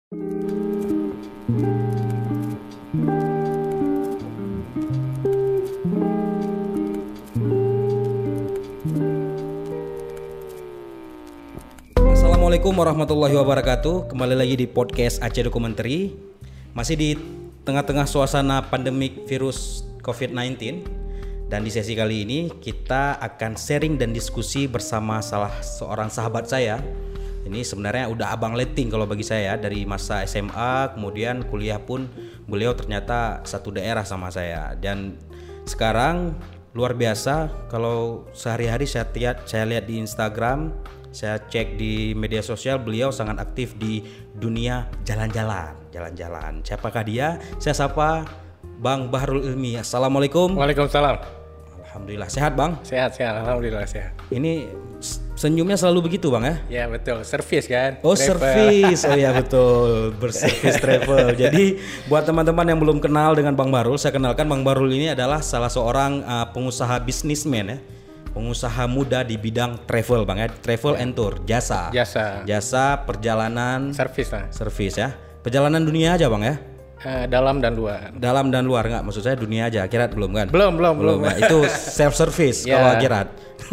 Assalamualaikum warahmatullahi wabarakatuh. Kembali lagi di podcast Aceh Documentary. Masih di tengah-tengah suasana pandemik virus COVID-19. Dan di sesi kali ini kita akan sharing dan diskusi bersama salah seorang sahabat saya. Ini sebenarnya udah abang letting kalau bagi saya, dari masa SMA kemudian kuliah pun beliau ternyata satu daerah sama saya. Dan sekarang luar biasa, kalau sehari-hari saya lihat di Instagram, saya cek di media sosial, beliau sangat aktif di dunia jalan-jalan. Siapakah dia? Saya sapa Bang Bahrul Ilmi. Assalamualaikum. Waalaikumsalam. Alhamdulillah, sehat Bang? Sehat, alhamdulillah sehat. Ini senyumnya selalu begitu Bang ya? Ya betul, servis kan? Oh servis, oh ya betul, berservis travel. Jadi buat teman-teman yang belum kenal dengan Bang Bahrul, saya kenalkan Bang Bahrul ini adalah salah seorang pengusaha bisnismen ya. Pengusaha muda di bidang travel Bang ya, travel and tour, jasa perjalanan, servis ya. Perjalanan dunia aja Bang ya? Dalam dan luar. Dalam dan luar nggak? Maksud saya dunia aja, akhirat belum kan? Belum. Ya. Itu self service ya. Kalau akhirat.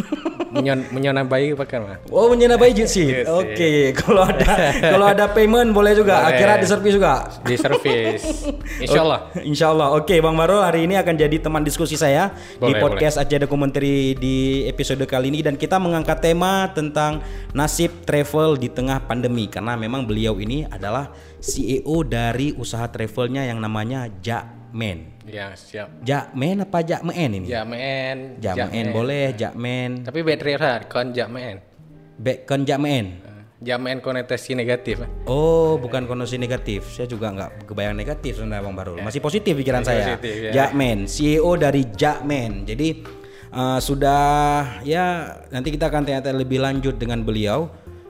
Menyenabai pakai mah. Oh menyenabai sih. Oke. Kalau ada payment boleh juga. Boleh. Akhirat di servis juga. Di servis. Insyaallah. Oke, Bang Bahrul hari ini akan jadi teman diskusi saya di podcast Aceh Documentary di episode kali ini, dan kita mengangkat tema tentang nasib travel di tengah pandemi, karena memang beliau ini adalah CEO dari usaha travelnya yang namanya Jakmen. Ya, siap. Jakmen apa Jakmen ini? Jakmen boleh, Jakmen. Tapi better kon Jakmen. Kon Jakmen. Jakmen konotasi negatif. Oh, bukan konotasi negatif. Saya juga nggak kebayang negatif sebenarnya Bang Bahrul. Masih positif pikiran saya. Positif, ya. Jakmen, CEO dari Jakmen. Jadi sudah ya, nanti kita akan tanya lebih lanjut dengan beliau.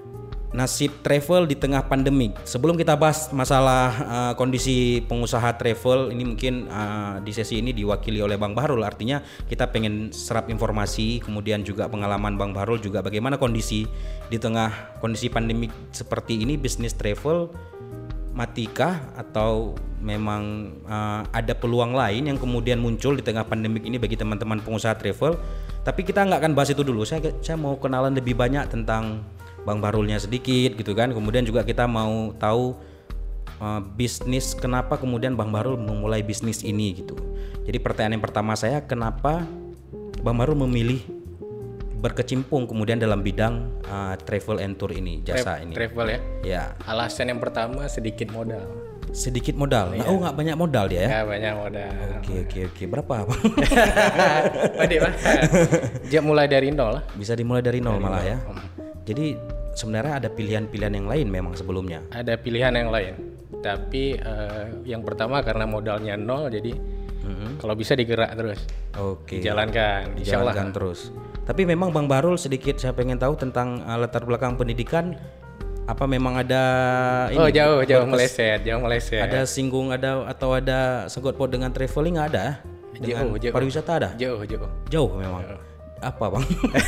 Nasib travel di tengah pandemik. Sebelum kita bahas masalah kondisi pengusaha travel, ini mungkin di sesi ini diwakili oleh Bang Bahrul. Artinya kita pengen serap informasi, kemudian juga pengalaman Bang Bahrul juga bagaimana kondisi di tengah kondisi pandemik seperti ini. Bisnis travel matikah atau memang ada peluang lain yang kemudian muncul di tengah pandemik ini bagi teman-teman pengusaha travel. Tapi kita nggak akan bahas itu dulu. Saya mau kenalan lebih banyak tentang Bang Bahrulnya sedikit gitu kan. Kemudian juga kita mau tahu bisnis, kenapa kemudian Bang Bahrul memulai bisnis ini gitu. Jadi pertanyaan yang pertama saya, kenapa Bang Bahrul memilih berkecimpung kemudian dalam bidang travel and tour ini, jasa ini? Travel ya? Ya. Alasan yang pertama sedikit modal. Sedikit modal? Ya. Nggak banyak modal dia ya? Nggak banyak modal. Oke. Berapa Bang? Pade Bang. Mulai dari nol lah. Bisa dimulai dari nol malah ya? Jadi sebenarnya ada pilihan-pilihan yang lain memang sebelumnya. Ada pilihan yang lain, tapi yang pertama karena modalnya nol, jadi kalau bisa digerak terus. Oke. Dijalankan terus. Tapi memang Bang Bahrul, sedikit saya pengen tahu tentang latar belakang pendidikan. Apa memang ada ini? Oh jauh meleset. Ada singgung atau ada sangkut paut dengan traveling nggak ada? Dengan jauh. Pariwisata ada? Jauh memang. Apa Bang?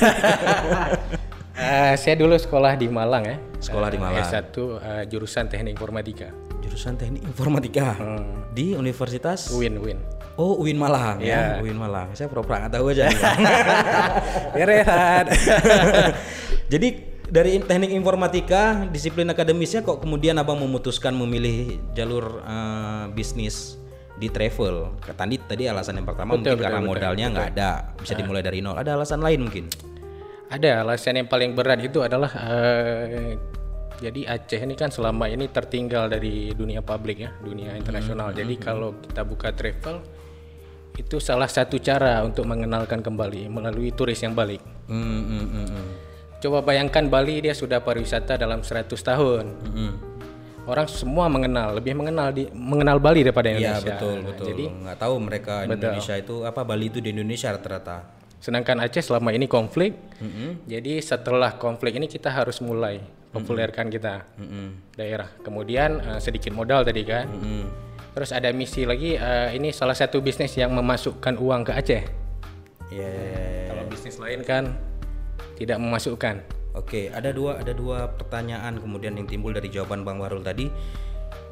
Saya dulu sekolah di Malang ya. Sekolah di Malang. S1 jurusan Teknik Informatika. Jurusan Teknik Informatika. Di Universitas UIN. Oh, UIN Malang ya. UIN Malang. Saya pura-pura nggak tahu aja. Ya rehat. Jadi dari Teknik Informatika, disiplin akademisnya kok kemudian Abang memutuskan memilih jalur bisnis di travel? Tadi alasan yang pertama mungkin karena modalnya nggak ada, bisa dimulai dari nol. Ada alasan lain mungkin? Ada. Alasan yang paling berat itu adalah jadi Aceh ini kan selama ini tertinggal dari dunia publik ya, dunia internasional. Jadi kalau kita buka travel, itu salah satu cara untuk mengenalkan kembali melalui turis yang balik. Coba bayangkan Bali, dia sudah pariwisata dalam 100 tahun. Orang semua lebih mengenal Bali daripada Indonesia. Iya betul. Jadi nggak tahu mereka Indonesia itu apa, Bali itu di Indonesia rata-rata. Sedangkan Aceh selama ini konflik, jadi setelah konflik ini kita harus mulai populerkan kita daerah. Kemudian sedikit modal tadi kan. Terus ada misi lagi, ini salah satu bisnis yang memasukkan uang ke Aceh. Kalau bisnis lain kan tidak memasukkan. Oke, ada dua pertanyaan kemudian yang timbul dari jawaban Bang Bahrul tadi.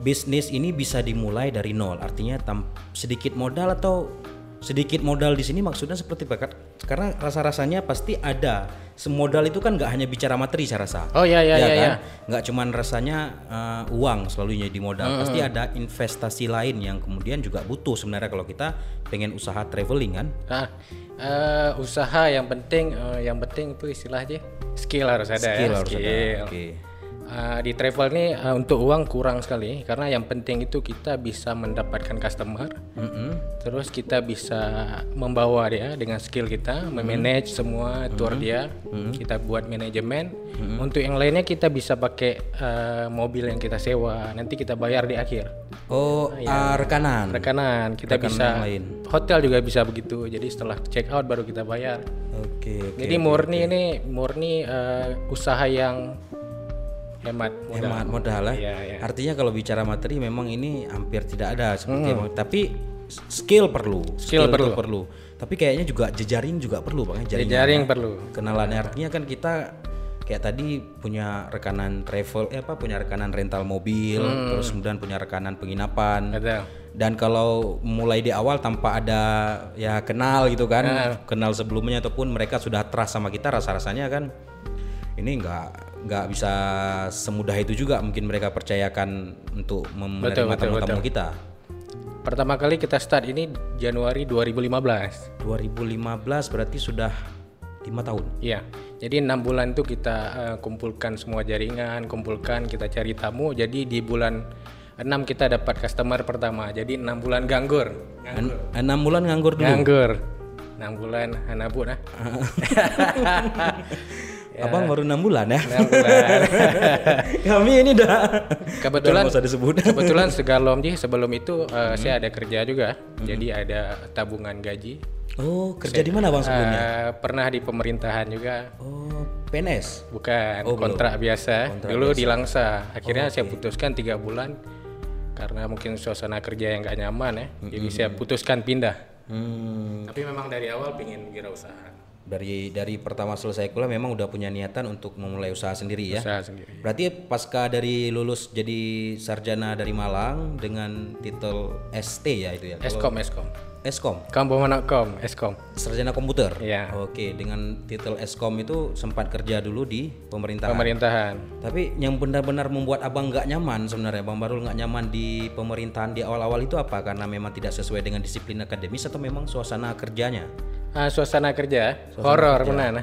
bisnis ini bisa dimulai dari nol, artinya sedikit modal atau sedikit modal di sini maksudnya seperti apa? Karena rasa-rasanya pasti ada. Semodal itu kan nggak hanya bicara materi saya rasa. Oh ya kan? Nggak cuman rasanya uang selalu jadi modal. Pasti ada investasi lain yang kemudian juga butuh sebenarnya kalau kita pengen usaha traveling kan. Usaha yang penting itu istilah aja skill harus ada. Okay. Di travel ini untuk uang kurang sekali karena yang penting itu kita bisa mendapatkan customer, terus kita bisa membawa dia dengan skill kita, memanage semua tour dia, kita buat manajemen. Untuk yang lainnya kita bisa pakai mobil yang kita sewa, nanti kita bayar di akhir. Rekanan kita bisa lain. Hotel juga bisa begitu, jadi setelah check out baru kita bayar. Jadi murni usaha yang hemat modal ya. Artinya kalau bicara materi memang ini hampir tidak ada seperti tapi skill perlu. Tapi kayaknya juga jejaring juga perlu Bang. Jejaring perlu. Kenalannya artinya kan kita kayak tadi punya rekanan travel punya rekanan rental mobil, terus kemudian punya rekanan penginapan. Betul. Dan kalau mulai di awal tanpa ada ya kenal gitu kan, kenal sebelumnya ataupun mereka sudah trust sama kita, rasa-rasanya kan ini nggak bisa semudah itu juga mungkin mereka percayakan untuk menerima tamu-tamu kita. Pertama kali kita start ini Januari 2015. 2015 berarti sudah 5 tahun. Iya. Jadi 6 bulan itu kita kumpulkan semua jaringan, kita cari tamu. Jadi di bulan 6 kita dapat customer pertama. Jadi 6 bulan nganggur. 6 bulan nganggur dulu. 6 bulan hanabut lah. Abang baru 6 bulan ya. 6 bulan. Kami ini udah kebetulan segalom sebelum itu saya ada kerja juga. Jadi ada tabungan gaji. Kerja di mana Bang sebelumnya? Pernah di pemerintahan juga. PNS? Bukan, kontrak biasa. Dulu di Langsa. Akhirnya saya putuskan 3 bulan karena mungkin suasana kerja yang gak nyaman ya. Jadi saya putuskan pindah. Tapi memang dari awal pengen wirausaha. Dari pertama selesai kuliah memang udah punya niatan untuk memulai usaha sendiri ya. Usaha sendiri. Berarti pasca dari lulus jadi sarjana dari Malang dengan titel ST ya itu ya. Eskom. Eskom. Sarjana komputer. Iya. Oke, dengan titel Eskom itu sempat kerja dulu di pemerintahan. Tapi yang benar-benar membuat abang nggak nyaman sebenarnya, Bang Barul nggak nyaman di pemerintahan di awal-awal itu apa? Karena memang tidak sesuai dengan disiplin akademis atau memang suasana kerjanya? Suasana kerja, horor benar.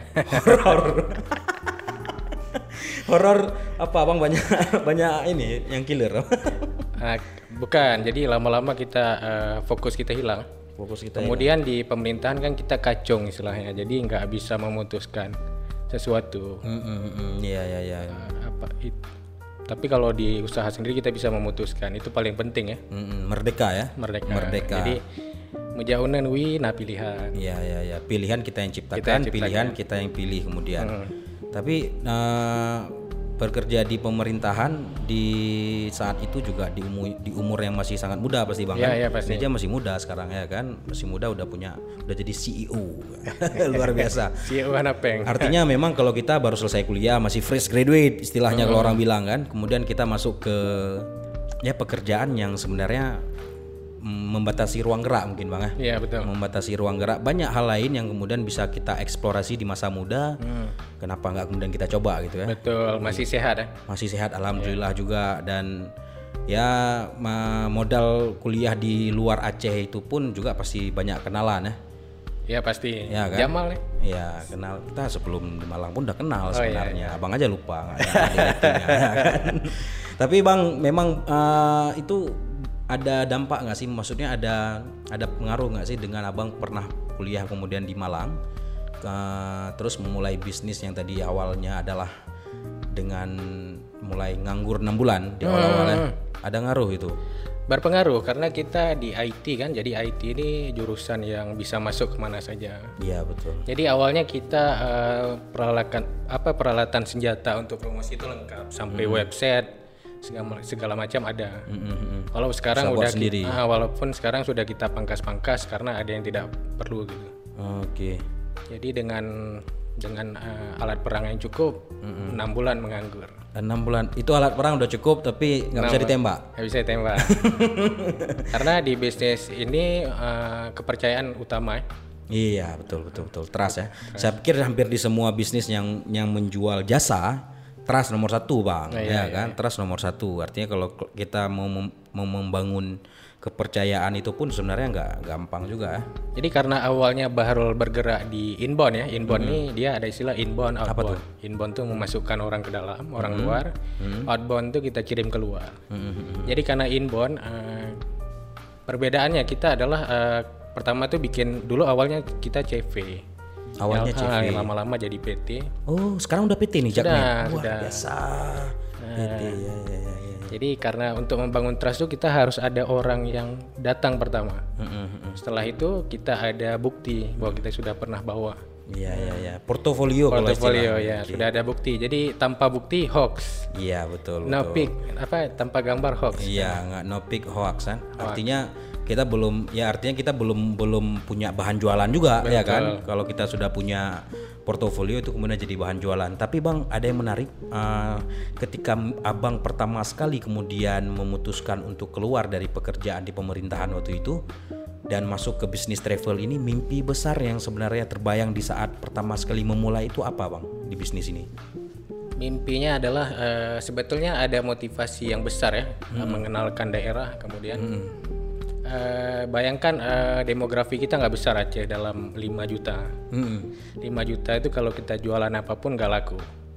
Horor apa Bang, banyak ini yang killer? Bukan, jadi lama-lama kita fokus kita hilang. Kemudian di pemerintahan kan kita kacung istilahnya, jadi nggak bisa memutuskan sesuatu. Iya. Tapi kalau di usaha sendiri kita bisa memutuskan, itu paling penting ya. Merdeka ya. Merdeka. Jadi mejaunan pilihan. Iya. Pilihan kita yang ciptakan, pilihan kita yang pilih kemudian. Tapi bekerja di pemerintahan di saat itu juga di umur yang masih sangat muda pasti Bang. Iya, pasti. Dia masih muda sekarang ya kan, masih muda udah jadi CEO. Luar biasa. CEO Hanapeng. Artinya memang kalau kita baru selesai kuliah, masih fresh graduate istilahnya kalau orang bilang kan, kemudian kita masuk ke pekerjaan yang sebenarnya membatasi ruang gerak mungkin Bang ya. Iya betul. Membatasi ruang gerak, banyak hal lain yang kemudian bisa kita eksplorasi di masa muda. Kenapa nggak kemudian kita coba gitu ya? Betul, masih sehat ya. Masih sehat alhamdulillah juga, dan ya modal kuliah di luar Aceh itu pun juga pasti banyak kenalan ya. Iya pasti. Ya, kan? Jamal nih. Iya, kenal. Kita sebelum di Malang pun udah kenal sebenarnya. Iya. Abang aja lupa nggak ada kan? Tapi Bang memang itu ada dampak nggak sih? Maksudnya ada pengaruh nggak sih dengan abang pernah kuliah kemudian di Malang, terus memulai bisnis yang tadi awalnya adalah dengan mulai nganggur 6 bulan di awal-awalnya, ada ngaruh itu? Berpengaruh karena kita di IT kan, jadi IT ini jurusan yang bisa masuk kemana saja. Iya betul. Jadi awalnya kita peralatan senjata untuk promosi itu lengkap, sampai website segala macam ada. Kalau sekarang udah walaupun sekarang sudah kita pangkas karena ada yang tidak perlu gitu. Oke. Jadi dengan dengan alat perang yang cukup 6 bulan menganggur. 6 bulan itu alat perang udah cukup tapi nggak bisa ditembak. Nggak bisa ditembak. Karena di bisnis ini kepercayaan utama. Iya betul trust ya. Saya pikir hampir di semua bisnis yang menjual jasa trust nomor 1 bang, kan. Trust nomor 1. Artinya kalau kita mau membangun kepercayaan itu pun sebenarnya nggak gampang juga. Jadi karena awalnya Bahrul bergerak di inbound ya, inbound ini dia ada istilah inbound, outbound. Apa tuh? Inbound tuh memasukkan orang ke dalam, orang luar. Outbound tuh kita kirim keluar. Jadi karena inbound, perbedaannya kita adalah pertama tuh bikin dulu awalnya kita CV. Awalnya CV. Lama-lama jadi PT. Oh, sekarang udah PT nih Jakmen. Sudah. Biasa. PT ya. Jadi karena untuk membangun trust itu kita harus ada orang yang datang pertama. Setelah itu kita ada bukti bahwa kita sudah pernah bawa. Iya. Portofolio ya, sudah ada bukti. Jadi tanpa bukti hoax. Iya, betul. No pic, tanpa gambar hoax. Iya, nggak no pic hoax kan. Artinya kita belum punya bahan jualan juga. Betul. Ya kan. Kalau kita sudah punya portofolio itu kemudian jadi bahan jualan. Tapi bang, ada yang menarik ketika abang pertama sekali kemudian memutuskan untuk keluar dari pekerjaan di pemerintahan waktu itu dan masuk ke bisnis travel ini, mimpi besar yang sebenarnya terbayang di saat pertama sekali memulai itu apa bang di bisnis ini? Mimpinya adalah sebetulnya ada motivasi yang besar ya, mengenalkan daerah kemudian. Bayangkan demografi kita nggak besar Aceh dalam 5 juta. 5 juta itu kalau kita jualan apapun nggak laku.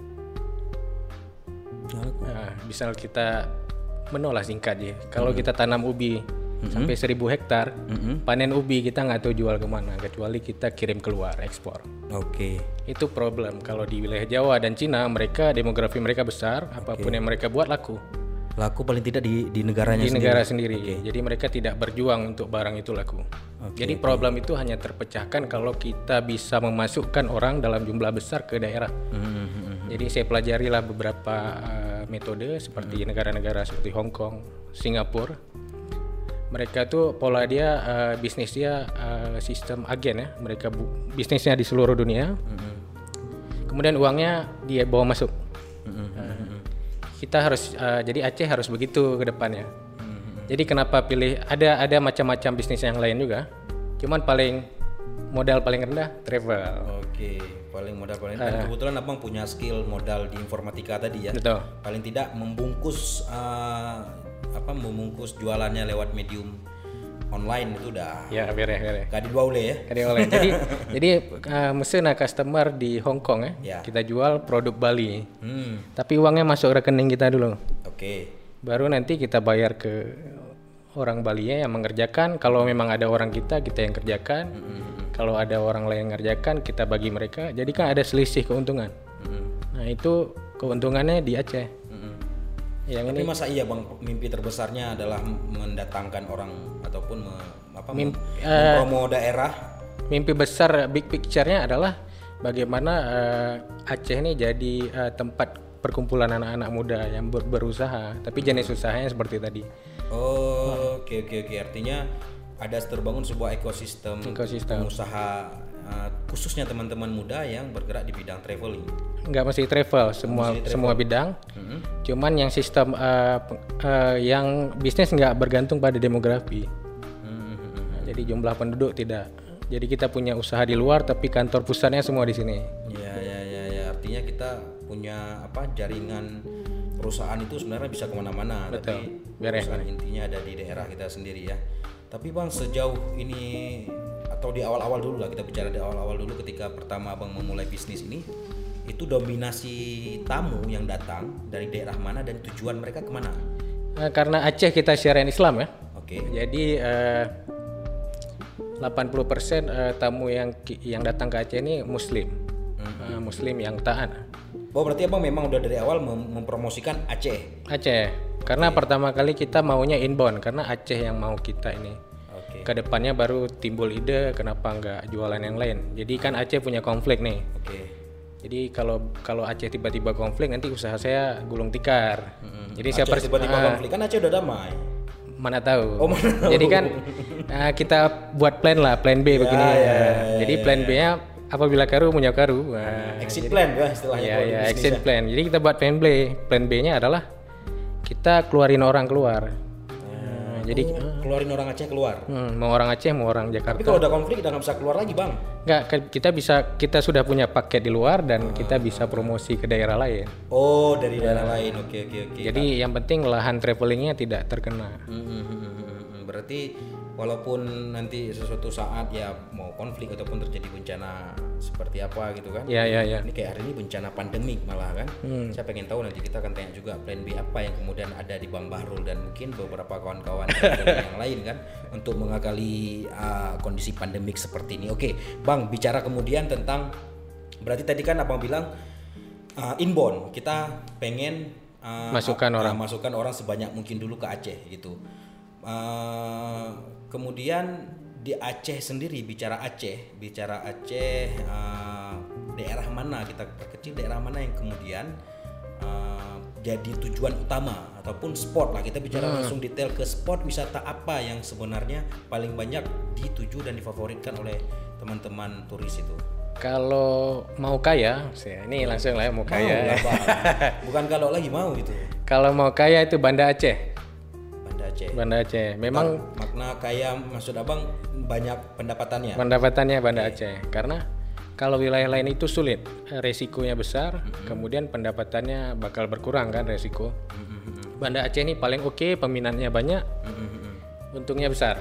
Misal kita menolak singkat ya. Kalau kita tanam ubi sampai 1.000 hektar, panen ubi kita nggak tahu jual kemana kecuali kita kirim keluar ekspor. Oke. Itu problem kalau di wilayah Jawa dan Cina, demografi mereka besar, apapun yang mereka buat laku. Laku paling tidak di negaranya sendiri. Di negara sendiri. Jadi mereka tidak berjuang untuk barang itu laku. Jadi problem itu hanya terpecahkan kalau kita bisa memasukkan orang dalam jumlah besar ke daerah. Jadi saya pelajarilah beberapa metode seperti negara-negara seperti Hong Kong, Singapura. Mereka tuh pola dia bisnis dia sistem agen ya. Mereka bisnisnya di seluruh dunia. Kemudian uangnya dia bawa masuk. Kita harus jadi Aceh harus begitu ke depannya. Jadi kenapa pilih ada macam-macam bisnis yang lain juga. Cuman modal paling rendah travel. Oke, paling modal paling rendah. Kebetulan abang punya skill modal di informatika tadi ya. Betul. Paling tidak membungkus jualannya lewat medium online itu udah. Ya, beres. Kadi dua oleh ya. Kadi oleh. Jadi mesen customer di Hong Kong ya. Kita jual produk Bali. Tapi uangnya masuk rekening kita dulu. Oke. Baru nanti kita bayar ke orang Bali-nya yang mengerjakan. Kalau memang ada orang kita yang kerjakan. Kalau ada orang lain yang ngerjakan, kita bagi mereka. Jadi kan ada selisih keuntungan. Nah, itu keuntungannya di Aceh. Tapi masa iya bang, mimpi terbesarnya adalah mendatangkan orang ataupun mempromo daerah? Mimpi besar big picture-nya adalah bagaimana Aceh ini jadi tempat perkumpulan anak-anak muda yang berusaha, tapi jenis usahanya seperti tadi. Oke. Artinya ada terbangun sebuah ekosistem. Pengusaha khususnya teman-teman muda yang bergerak di bidang traveling. Nggak mesti travel, semua bidang. Cuman yang sistem yang bisnis nggak bergantung pada demografi. Jadi jumlah penduduk tidak. Jadi kita punya usaha di luar tapi kantor pusatnya semua di sini. Ya. Artinya kita punya jaringan perusahaan itu sebenarnya bisa kemana-mana. Betul. Tapi perusahaan intinya ada di daerah kita sendiri ya. Tapi bang, sejauh ini atau di awal-awal dulu lah, kita bicara di awal-awal dulu ketika pertama abang memulai bisnis ini, itu dominasi tamu yang datang dari daerah mana dan tujuan mereka kemana? Karena Aceh kita syariah Islam ya. Oke. Jadi 80% tamu yang datang ke Aceh ini Muslim, Muslim yang taat. Berarti abang memang udah dari awal mempromosikan Aceh. Karena pertama kali kita maunya inbound karena Aceh yang mau kita ini. Kedepannya baru timbul ide kenapa nggak jualan yang lain. Jadi kan Aceh punya konflik nih. Jadi kalau Aceh tiba-tiba konflik nanti usaha saya gulung tikar. Jadi Aceh tiba-tiba konflik kan Aceh udah damai. Mana tahu. Jadi kan kita buat plan B begini. Jadi plan B-nya apabila karu punya karu. Nah, Exit plan ya istilahnya. Iya, kalau di ya, bisnis exit ya. plan. Jadi kita buat plan B. Plan B-nya adalah kita keluarin orang keluar. Jadi Keluarin orang Aceh keluar. mau orang Aceh, mau orang Tapi Jakarta. kalau ada konflik udah nggak bisa keluar lagi bang. Enggak, kita sudah punya paket di luar dan kita bisa promosi ke daerah lain. Oh dari daerah lain, oke. Jadi yang penting lahan travelingnya tidak terkena. Berarti walaupun nanti sesuatu saat ya mau konflik ataupun terjadi bencana seperti apa gitu kan. Ya. Ini kayak hari ini bencana pandemik malah kan. Saya pengen tahu, nanti kita akan tanya juga plan B apa yang kemudian ada di Bang Bahrul dan mungkin beberapa kawan-kawan yang lain kan untuk mengakali kondisi pandemik seperti ini. Oke, Bang, bicara kemudian tentang, berarti tadi kan Abang bilang inbound, kita pengen Masukkan orang sebanyak mungkin dulu ke Aceh gitu. Kemudian di Aceh sendiri, bicara Aceh daerah mana, kita perkecil daerah mana yang kemudian jadi tujuan utama ataupun spot lah, kita bicara langsung detail ke spot wisata apa yang sebenarnya paling banyak dituju dan difavoritkan oleh teman-teman turis itu. Kalau mau kaya, ini langsung lah ya, mau kaya. Lah, Bang. Bukan kalau lagi mau gitu. Kalau mau kaya itu Banda Aceh. Banda Aceh. Memang makna kaya maksud Abang banyak pendapatannya. Banda Aceh. Karena kalau wilayah lain itu sulit, resikonya besar, kemudian pendapatannya bakal berkurang kan resiko. Banda Aceh ini paling oke, peminatnya banyak, untungnya besar.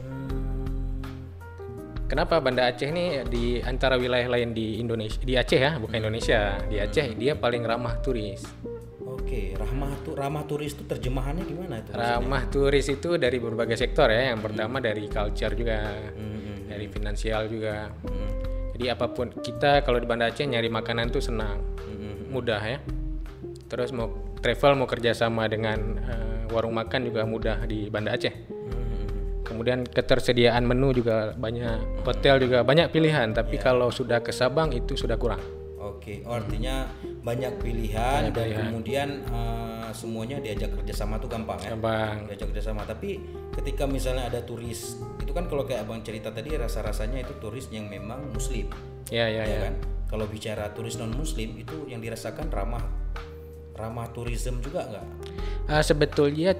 Kenapa Banda Aceh ini di antara wilayah lain di Indonesia, di Aceh ya, bukan Indonesia, di Aceh dia paling ramah turis. Oke, ramah turis itu terjemahannya gimana itu? Ramah turis itu dari berbagai sektor ya. Yang pertama dari culture juga, dari finansial juga. Jadi apapun kita kalau di Banda Aceh nyari makanan tuh senang, mudah ya. Terus mau travel, mau kerjasama dengan warung makan juga mudah di Banda Aceh. Kemudian ketersediaan menu juga banyak, hotel juga banyak pilihan. Tapi kalau sudah ke Sabang itu sudah kurang. Oke, artinya banyak pilihan dan kemudian semuanya diajak kerjasama tuh gampang ya. Diajak kerjasama. Tapi ketika misalnya ada turis, itu kan kalau kayak Abang cerita tadi rasa-rasanya itu turis yang memang Muslim. Ya. Kan? Kalau bicara turis non Muslim itu yang dirasakan ramah tourism juga nggak? Sebetulnya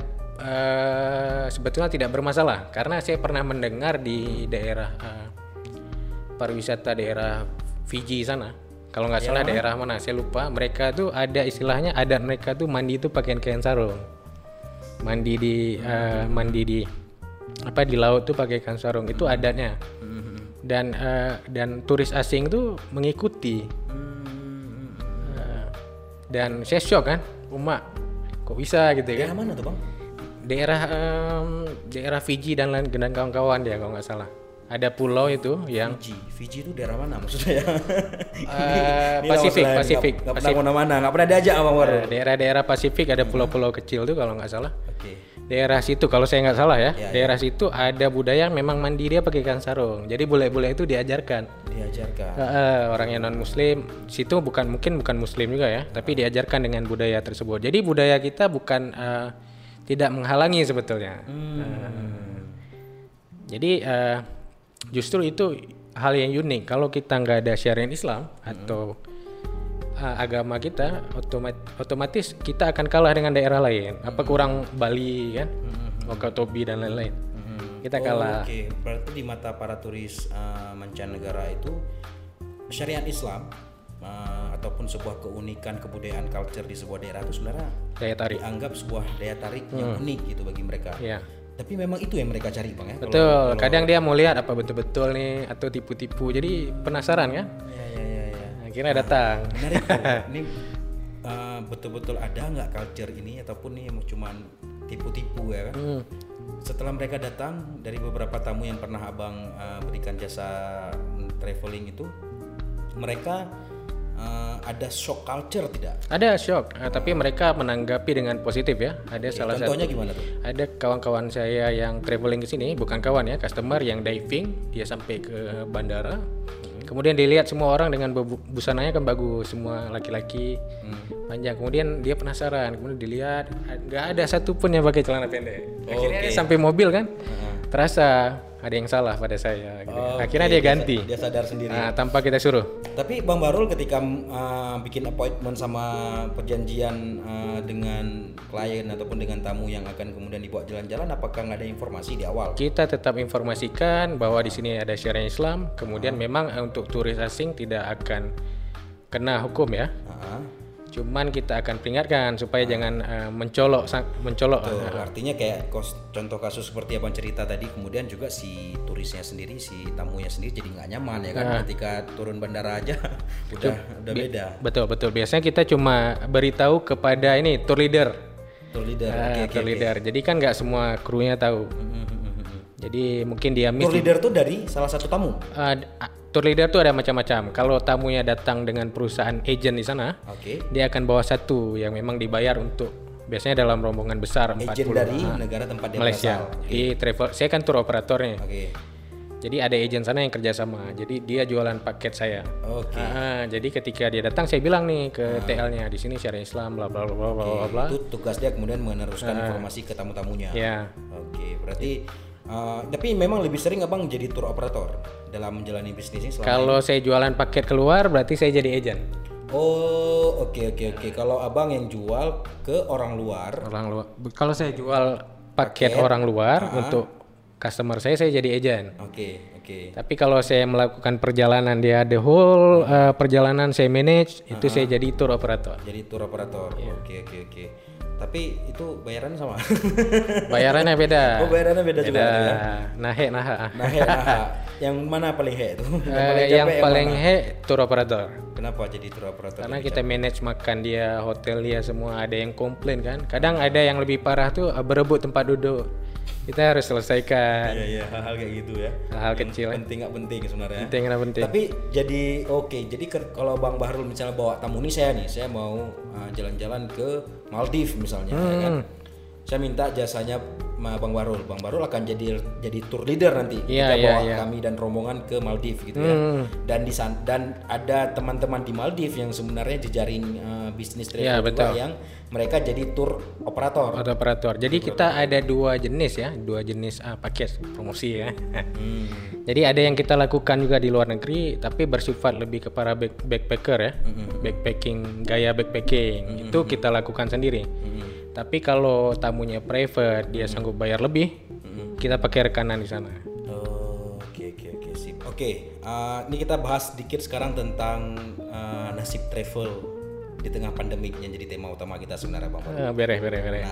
tidak bermasalah karena saya pernah mendengar di daerah pariwisata daerah Fiji sana. Kalau nggak salah daerah mana saya lupa, mereka tuh ada istilahnya, adat mereka tuh mandi itu pakai kain sarung, mandi di laut tuh pakai kain sarung, itu adatnya. Dan turis asing tuh mengikuti. Dan saya shock kan, kok bisa gitu kan? Daerah mana tuh Bang? Daerah Fiji dan kawan-kawan dia kalau nggak salah. Ada pulau itu yang Fiji itu daerah mana maksudnya? Pasifik. Nggak pernah kemana-mana, nggak pernah diajak Abang Bahrul. Daerah Pasifik ada pulau-pulau kecil tuh kalau nggak salah. Oke. Daerah situ kalau saya nggak salah ya, daerah situ ada budaya memang mandi dia pakai kain sarung. Jadi bule-bule itu diajarkan. Orang yang non Muslim situ mungkin bukan Muslim juga ya, tapi diajarkan dengan budaya tersebut. Jadi budaya kita bukan tidak menghalangi sebetulnya. Jadi justru itu hal yang unik. Kalau kita nggak ada syariat Islam atau agama kita, otomatis kita akan kalah dengan daerah lain. Apa kurang Bali kan, Wakatobi dan lain-lain. Kita kalah. Oke, berarti di mata para turis mancanegara itu syariat Islam ataupun sebuah keunikan kebudayaan culture di sebuah daerah itu sebenarnya daya tarik, dianggap sebuah daya tarik yang unik gitu bagi mereka. Iya. Tapi memang itu yang mereka cari Bang ya. Betul. Kadang dia mau lihat apa betul-betul nih atau tipu-tipu. Jadi penasaran kan? Iya. Akhirnya datang. Menarik. Ini betul-betul ada nggak culture ini ataupun nih cuma tipu-tipu ya kan? Setelah mereka datang, dari beberapa tamu yang pernah Abang berikan jasa traveling itu, mereka ada shock culture tidak? Ada shock, tapi mereka menanggapi dengan positif ya. Ada salah satu. Contohnya gimana tuh? Ada kawan-kawan saya yang traveling ke sini, bukan kawan ya, customer yang diving, dia sampai ke bandara. Kemudian dilihat semua orang dengan busananya kan bagus, semua laki-laki panjang. Kemudian dia penasaran, kemudian dilihat nggak ada satupun yang pakai celana pendek. Akhirnya dia sampai mobil kan, terasa ada yang salah pada saya. Gitu. Oh, Akhirnya oke, dia ganti. Dia sadar sendiri. Tanpa kita suruh. Tapi Bang Bahrul ketika bikin appointment sama perjanjian dengan klien ataupun dengan tamu yang akan kemudian dibawa jalan-jalan, apakah nggak ada informasi di awal? Kita tetap informasikan bahwa di sini ada syariat Islam. Kemudian memang untuk turis asing tidak akan kena hukum ya. Cuman kita akan peringatkan supaya jangan mencolok. Tuh, artinya kayak contoh kasus seperti abang cerita tadi, kemudian juga si turisnya sendiri, si tamunya sendiri jadi nggak nyaman ya kan, ketika turun bandara aja udah beda. Betul. Biasanya kita cuma beritahu kepada ini tour leader. Tour leader. Jadi kan nggak semua krunya tahu. Jadi mungkin dia tour leader tuh dari salah satu tamu. Tour leader tuh ada macam-macam. Kalau tamunya datang dengan perusahaan agent di sana, dia akan bawa satu yang memang dibayar untuk biasanya dalam rombongan besar 40 agent dari negara tempat dia Malaysia. Di travel, saya kan tour operatornya. Jadi ada agent sana yang kerjasama. Jadi dia jualan paket saya. Jadi ketika dia datang saya bilang nih ke TL-nya di sini syariat Islam bla bla bla bla bla. Itu tugas dia kemudian meneruskan informasi ke tamu-tamunya. Berarti tapi memang lebih sering abang jadi tour operator dalam menjalani bisnisnya. Kalau saya jualan paket keluar berarti saya jadi agent. Oke. Kalau abang yang jual ke orang luar. Kalau saya jual paket orang luar untuk customer saya jadi agent. Tapi kalau saya melakukan perjalanan dia the whole perjalanan saya manage, itu saya jadi tour operator. Oke. Tapi itu bayarannya sama? Bayarannya beda. Bayarannya beda juga ya? Nahe. Yang mana paling he itu? Yang paling he tour operator. Kenapa jadi tour operator? Karena kita manage makan dia, hotel dia semua. Ada yang komplain kan. Kadang ada yang lebih parah tuh berebut tempat duduk. Kita harus selesaikan. Iya, hal-hal kayak gitu ya. Hal kecil. Penting nggak penting sebenarnya. Penting. Tapi jadi jadi kalau Bang Bahrul misalnya bawa tamu saya mau jalan-jalan ke Maldives misalnya, ya kan? Saya minta jasanya Bang Bahrul. Bang Bahrul akan jadi tour leader nanti. Kita bawa kami dan rombongan ke Maldives gitu ya. Dan ada teman-teman di Maldives yang sebenarnya jejaring bisnis travel juga yang mereka jadi tour operator. Jadi kita ada dua jenis paket promosi ya. Jadi ada yang kita lakukan juga di luar negeri, tapi bersifat lebih kepada backpacker ya, gaya backpacking itu kita lakukan sendiri. Tapi kalau tamunya private, dia sanggup bayar lebih, kita pakai rekanan di sana. Oke, sip. Ini kita bahas sedikit sekarang tentang nasib travel di tengah pandemik yang jadi tema utama kita sebenarnya Bang. Beres.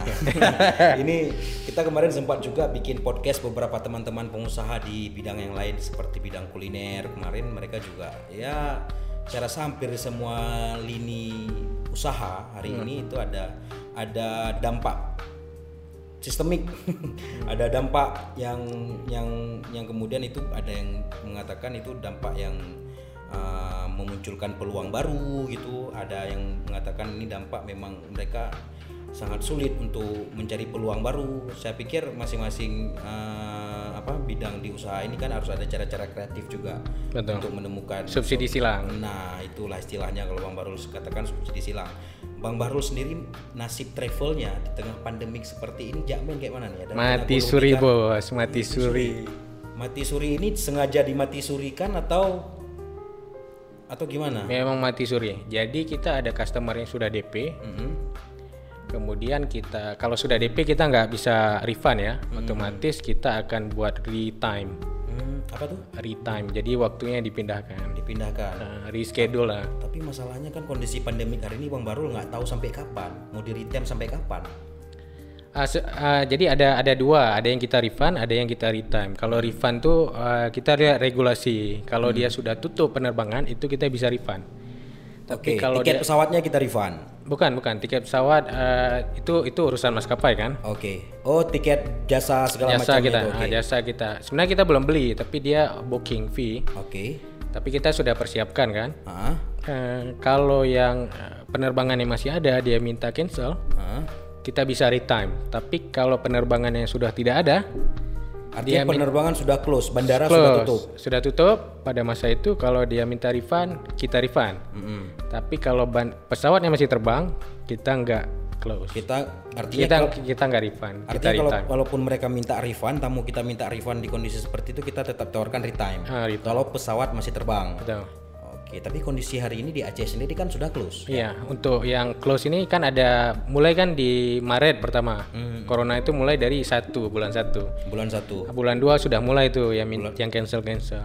Ini kita kemarin sempat juga bikin podcast beberapa teman-teman pengusaha di bidang yang lain seperti bidang kuliner. Kemarin mereka juga ya saya rasa hampir semua lini usaha hari ini itu ada dampak sistemik. Ada dampak yang kemudian itu ada yang mengatakan itu dampak yang memunculkan peluang baru gitu, ada yang mengatakan ini dampak memang mereka sangat sulit untuk mencari peluang baru. Saya pikir masing-masing bidang di usaha ini kan harus ada cara-cara kreatif juga. Betul. Untuk menemukan subsidi silang. Nah itulah istilahnya kalau Bang Bahrul katakan subsidi silang. Bang Bahrul sendiri nasib travelnya di tengah pandemik seperti ini Jakmen kayak mana nih? Mati suri bos, mati suri. Mati suri ini sengaja dimati surikan atau gimana? Memang mati suri. Jadi kita ada customer yang sudah DP. Kemudian kita kalau sudah DP kita nggak bisa refund ya. Otomatis kita akan buat retime. Apa tuh? Retime. Jadi waktunya dipindahkan. Reschedule lah. Tapi masalahnya kan kondisi pandemik hari ini Bang Bahrul nggak tahu sampai kapan. Mau di retime sampai kapan? Jadi ada dua, ada yang kita refund, ada yang kita retime. Kalau refund tuh kita lihat regulasi. Kalau dia sudah tutup penerbangan itu kita bisa refund. Tapi kalau tiket pesawatnya kita refund. Bukan tiket pesawat itu urusan maskapai kan. Tiket jasa segala macam kita, itu. Jasa kita. Sebenarnya kita belum beli, tapi dia booking fee. Tapi kita sudah persiapkan kan. Kalau yang penerbangan yang masih ada dia minta cancel. Kita bisa retime. Tapi kalau penerbangan yang sudah tidak ada, artinya penerbangan sudah close, bandara sudah tutup pada masa itu. Kalau dia minta refund, kita refund. Tapi kalau pesawatnya masih terbang, kita nggak close. Artinya kita nggak refund. Artinya kalau walaupun mereka minta refund, tamu kita minta refund di kondisi seperti itu, kita tetap tawarkan retime. Kalau pesawat masih terbang. Betul. Oke, tapi kondisi hari ini di Aceh sendiri kan sudah close. Iya, untuk yang close ini kan ada mulai kan di Maret pertama. Corona itu mulai dari bulan 1. Bulan 2 sudah mulai tuh yang cancel.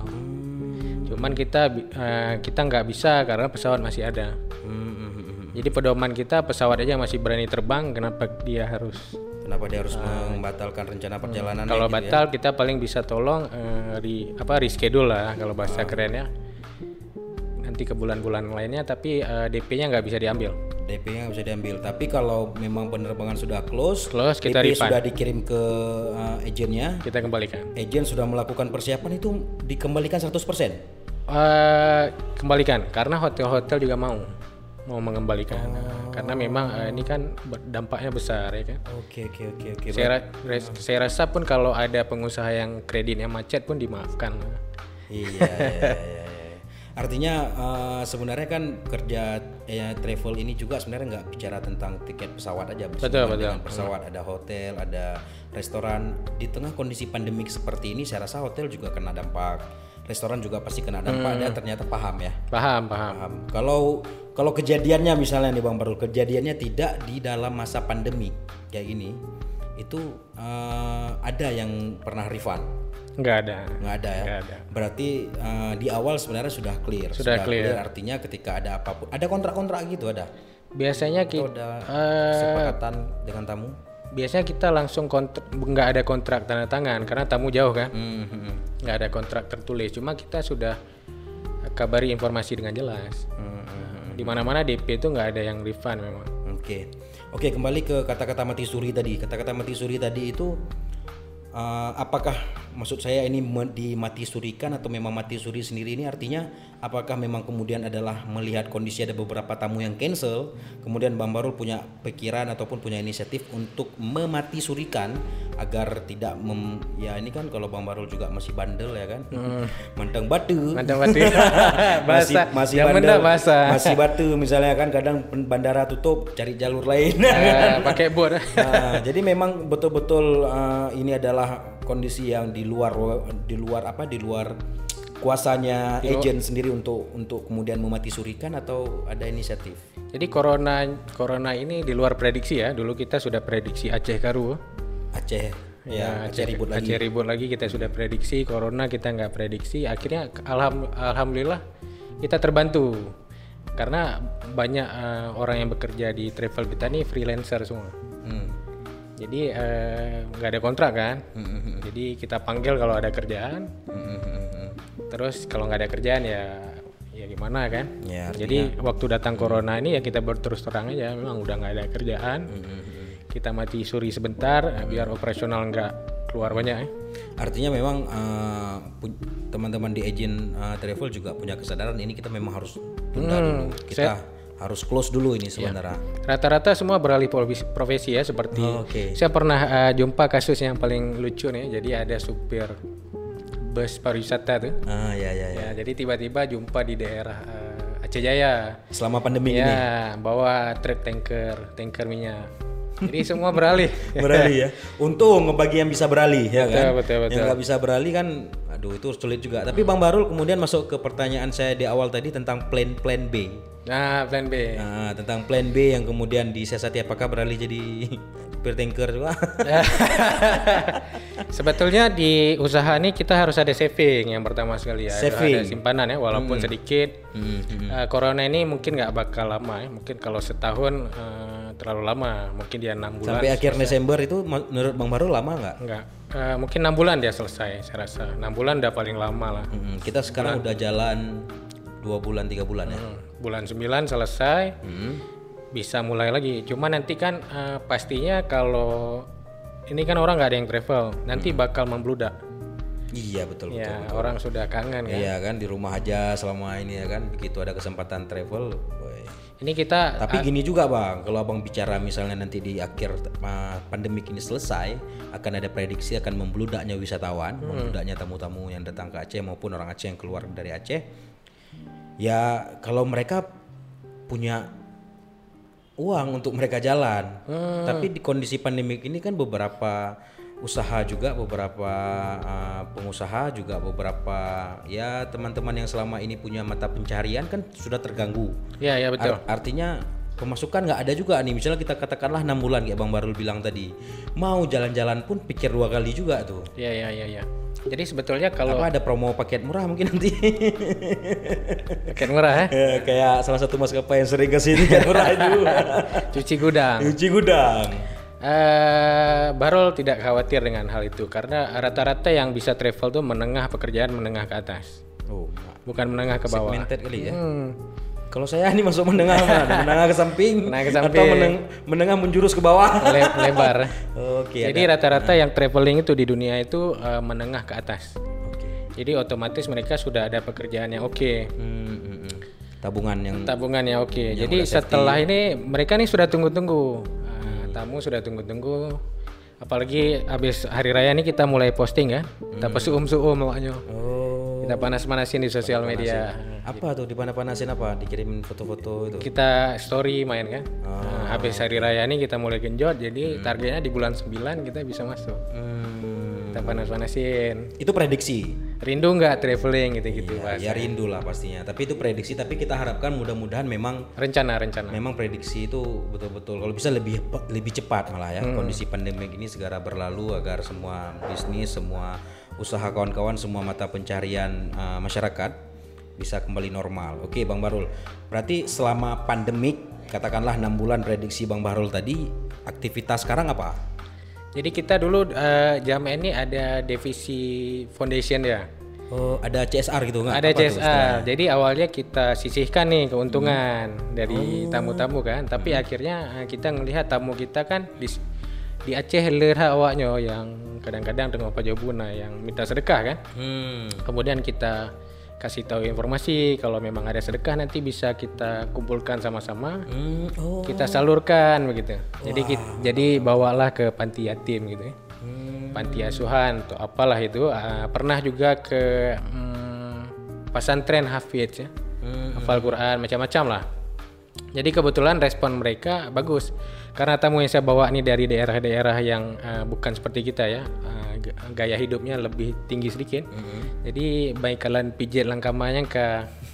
Cuman kita nggak bisa karena pesawat masih ada. Jadi pedoman kita pesawat aja masih berani terbang, kenapa dia harus membatalkan rencana perjalanan? Kalau batal kita paling bisa tolong reschedule lah kalau bahasa kerennya. Nanti ke bulan-bulan lainnya, tapi DP-nya nggak bisa diambil. Tapi kalau memang penerbangan sudah close kita DP refund. sudah dikirim ke agennya, kita kembalikan. Agen sudah melakukan persiapan, itu dikembalikan 100%. Kembalikan karena hotel-hotel juga mau mengembalikan. Karena memang ini kan dampaknya besar ya kan. Oke. Saya rasa pun kalau ada pengusaha yang kreditnya macet pun dimaafkan. Iya. Artinya sebenarnya kan kerja travel ini juga sebenarnya nggak bicara tentang tiket pesawat aja, betul. Dengan pesawat ada hotel, ada restoran. Di tengah kondisi pandemik seperti ini, saya rasa hotel juga kena dampak, restoran juga pasti kena dampak. Dan ternyata paham ya. Paham. Kalau kejadiannya misalnya nih Bang Barul, kejadiannya tidak di dalam masa pandemi kayak gini, itu ada yang pernah refund? Nggak ada ya. Nggak ada. Berarti di awal sebenarnya sudah clear. Artinya ketika ada apapun, ada kontrak-kontrak gitu ada. Biasanya kita ada kesepakatan dengan tamu. Biasanya kita langsung nggak ada kontrak tanda tangan karena tamu jauh kan. Nggak ada kontrak tertulis. Cuma kita sudah kabari informasi dengan jelas. Di mana-mana DP itu nggak ada yang refund memang. Oke, kembali ke kata-kata mati suri tadi. Kata-kata mati suri tadi itu apakah maksud saya ini dimati surikan atau memang mati suri sendiri? Ini artinya apakah memang kemudian adalah melihat kondisi ada beberapa tamu yang cancel, kemudian Bang Barul punya pikiran ataupun punya inisiatif untuk memati surikan agar tidak ya ini kan kalau Bang Barul juga masih bandel ya kan. Mantang batu masih bandel, masih batu misalnya kan, kadang bandara tutup cari jalur lain pakai bot. Jadi memang betul-betul ini adalah kondisi yang di luar kuasanya agen sendiri untuk kemudian memati surikan, atau ada inisiatif. Jadi corona ini di luar prediksi ya. Dulu kita sudah prediksi Aceh Karu. Aceh ribut lagi kita sudah prediksi. Corona kita nggak prediksi. Akhirnya alhamdulillah kita terbantu karena banyak orang yang bekerja di travel kita ini freelancer semua. Jadi nggak ada kontrak kan. Jadi kita panggil kalau ada kerjaan. Terus kalau nggak ada kerjaan ya gimana kan. Jadi waktu datang corona ini ya kita berterus terang aja, memang udah nggak ada kerjaan. Kita mati suri sebentar biar operasional nggak keluar banyak. Artinya memang teman-teman di agen travel juga punya kesadaran ini kita memang harus tunda dulu. Harus close dulu ini sebenarnya. Rata-rata semua beralih profesi ya, seperti saya pernah jumpa kasus yang paling lucu nih. Jadi ada supir bus pariwisata tuh. Ya, jadi tiba-tiba jumpa di daerah Aceh Jaya selama pandemi ini. Bawa truk tanker minyak. Jadi semua beralih ya. Untung bagi yang bisa beralih ya kan. Betul. Yang nggak bisa beralih kan, aduh itu sulit juga. Tapi Bang Barul kemudian masuk ke pertanyaan saya di awal tadi tentang plan B. Plan B. Tentang plan B yang kemudian disiasati, apakah beralih jadi supir tanker juga? Sebetulnya di usaha ini kita harus ada saving yang pertama sekali ya. Ada simpanan ya, walaupun sedikit. Corona ini mungkin nggak bakal lama ya. Mungkin kalau setahun terlalu lama. Mungkin dia 6 bulan. Sampai akhir Desember itu menurut Bang Barul lama nggak? Nggak. Mungkin 6 bulan dia selesai, saya rasa. 6 bulan udah paling lama lah. Kita sekarang udah jalan 2 bulan 3 bulan ya. Bulan 9 selesai. Bisa mulai lagi. Cuma nanti kan pastinya kalau ini kan orang nggak ada yang travel, nanti bakal membludak. Iya betul. Orang sudah kangen kan. Iya kan, di rumah aja selama ini ya kan. Begitu ada kesempatan travel, ini kita. Tapi gini juga Bang, kalau Abang bicara misalnya nanti di akhir pandemik ini selesai, akan ada prediksi akan membludaknya wisatawan, membludaknya tamu-tamu yang datang ke Aceh maupun orang Aceh yang keluar dari Aceh. Ya kalau mereka punya uang untuk mereka jalan. Tapi di kondisi pandemik ini kan beberapa usaha juga, beberapa pengusaha juga, beberapa ya teman-teman yang selama ini punya mata pencarian kan sudah terganggu. Ya betul. Artinya pemasukan nggak ada juga nih. Misalnya kita katakanlah 6 bulan kayak Bang Barul bilang tadi, mau jalan-jalan pun pikir 2 kali juga tuh. Ya. Jadi sebetulnya kalau apa ada promo paket murah mungkin nanti. paket murah ya? Kayak salah satu maskapai yang sering ke sini paket murah itu. Cuci gudang. Barul tidak khawatir dengan hal itu karena rata-rata yang bisa travel tuh pekerjaan menengah ke atas. Bukan menengah ke bawah. Segmented kali ya. Kalau saya ini masuk menengah mana? Menengah ke samping, atau menengah menjurus ke bawah. Lebar. Oke. Jadi rata-rata yang traveling itu di dunia itu menengah ke atas. Jadi otomatis mereka sudah ada pekerjaan yang oke. Tabungan yang oke. Jadi setelah ini mereka nih sudah tunggu-tunggu. Tamu sudah tunggu-tunggu. Apalagi habis hari raya ini kita mulai posting ya. Kita suum-suum makanya. Kita panas-panasin di sosial media. Apa tuh dipanas-panasin apa? Dikirimin foto-foto itu. Kita story main kan. Habis hari raya ini kita mulai genjot. Jadi targetnya di bulan 9 kita bisa masuk. Kita panas-panasin. Itu prediksi. Rindu nggak traveling gitu-gitu ya rindu lah pastinya. Tapi itu prediksi. Tapi kita harapkan mudah-mudahan memang rencana. Memang prediksi itu betul-betul kalau bisa lebih cepat malah ya. Kondisi pandemik ini segera berlalu agar semua bisnis, semua usaha kawan-kawan, semua mata pencarian masyarakat bisa kembali normal. Oke Bang Barul, berarti selama pandemik katakanlah 6 bulan prediksi Bang Barul tadi, aktivitas sekarang apa? Jadi kita dulu Jamen ini ada divisi foundation ya. Ada CSR gitu nggak? Ada CSR. Jadi awalnya kita sisihkan nih keuntungan dari tamu-tamu kan. Tapi akhirnya kita ngelihat tamu kita kan di Aceh lerha awaknya yang kadang-kadang dengan pajabuna yang minta sedekah kan. Kemudian kita kasih tahu informasi kalau memang ada sedekah nanti bisa kita kumpulkan sama-sama, kita salurkan begitu. Jadi bawalah ke panti yatim gitu ya, panti asuhan atau apalah itu. Pernah juga ke pesantren hafidz ya, hafal Quran macam-macam lah. Jadi kebetulan respon mereka bagus karena tamu yang saya bawa ini dari daerah-daerah yang bukan seperti kita ya, gaya hidupnya lebih tinggi sedikit. Jadi baik kalian pijit langkamanya ke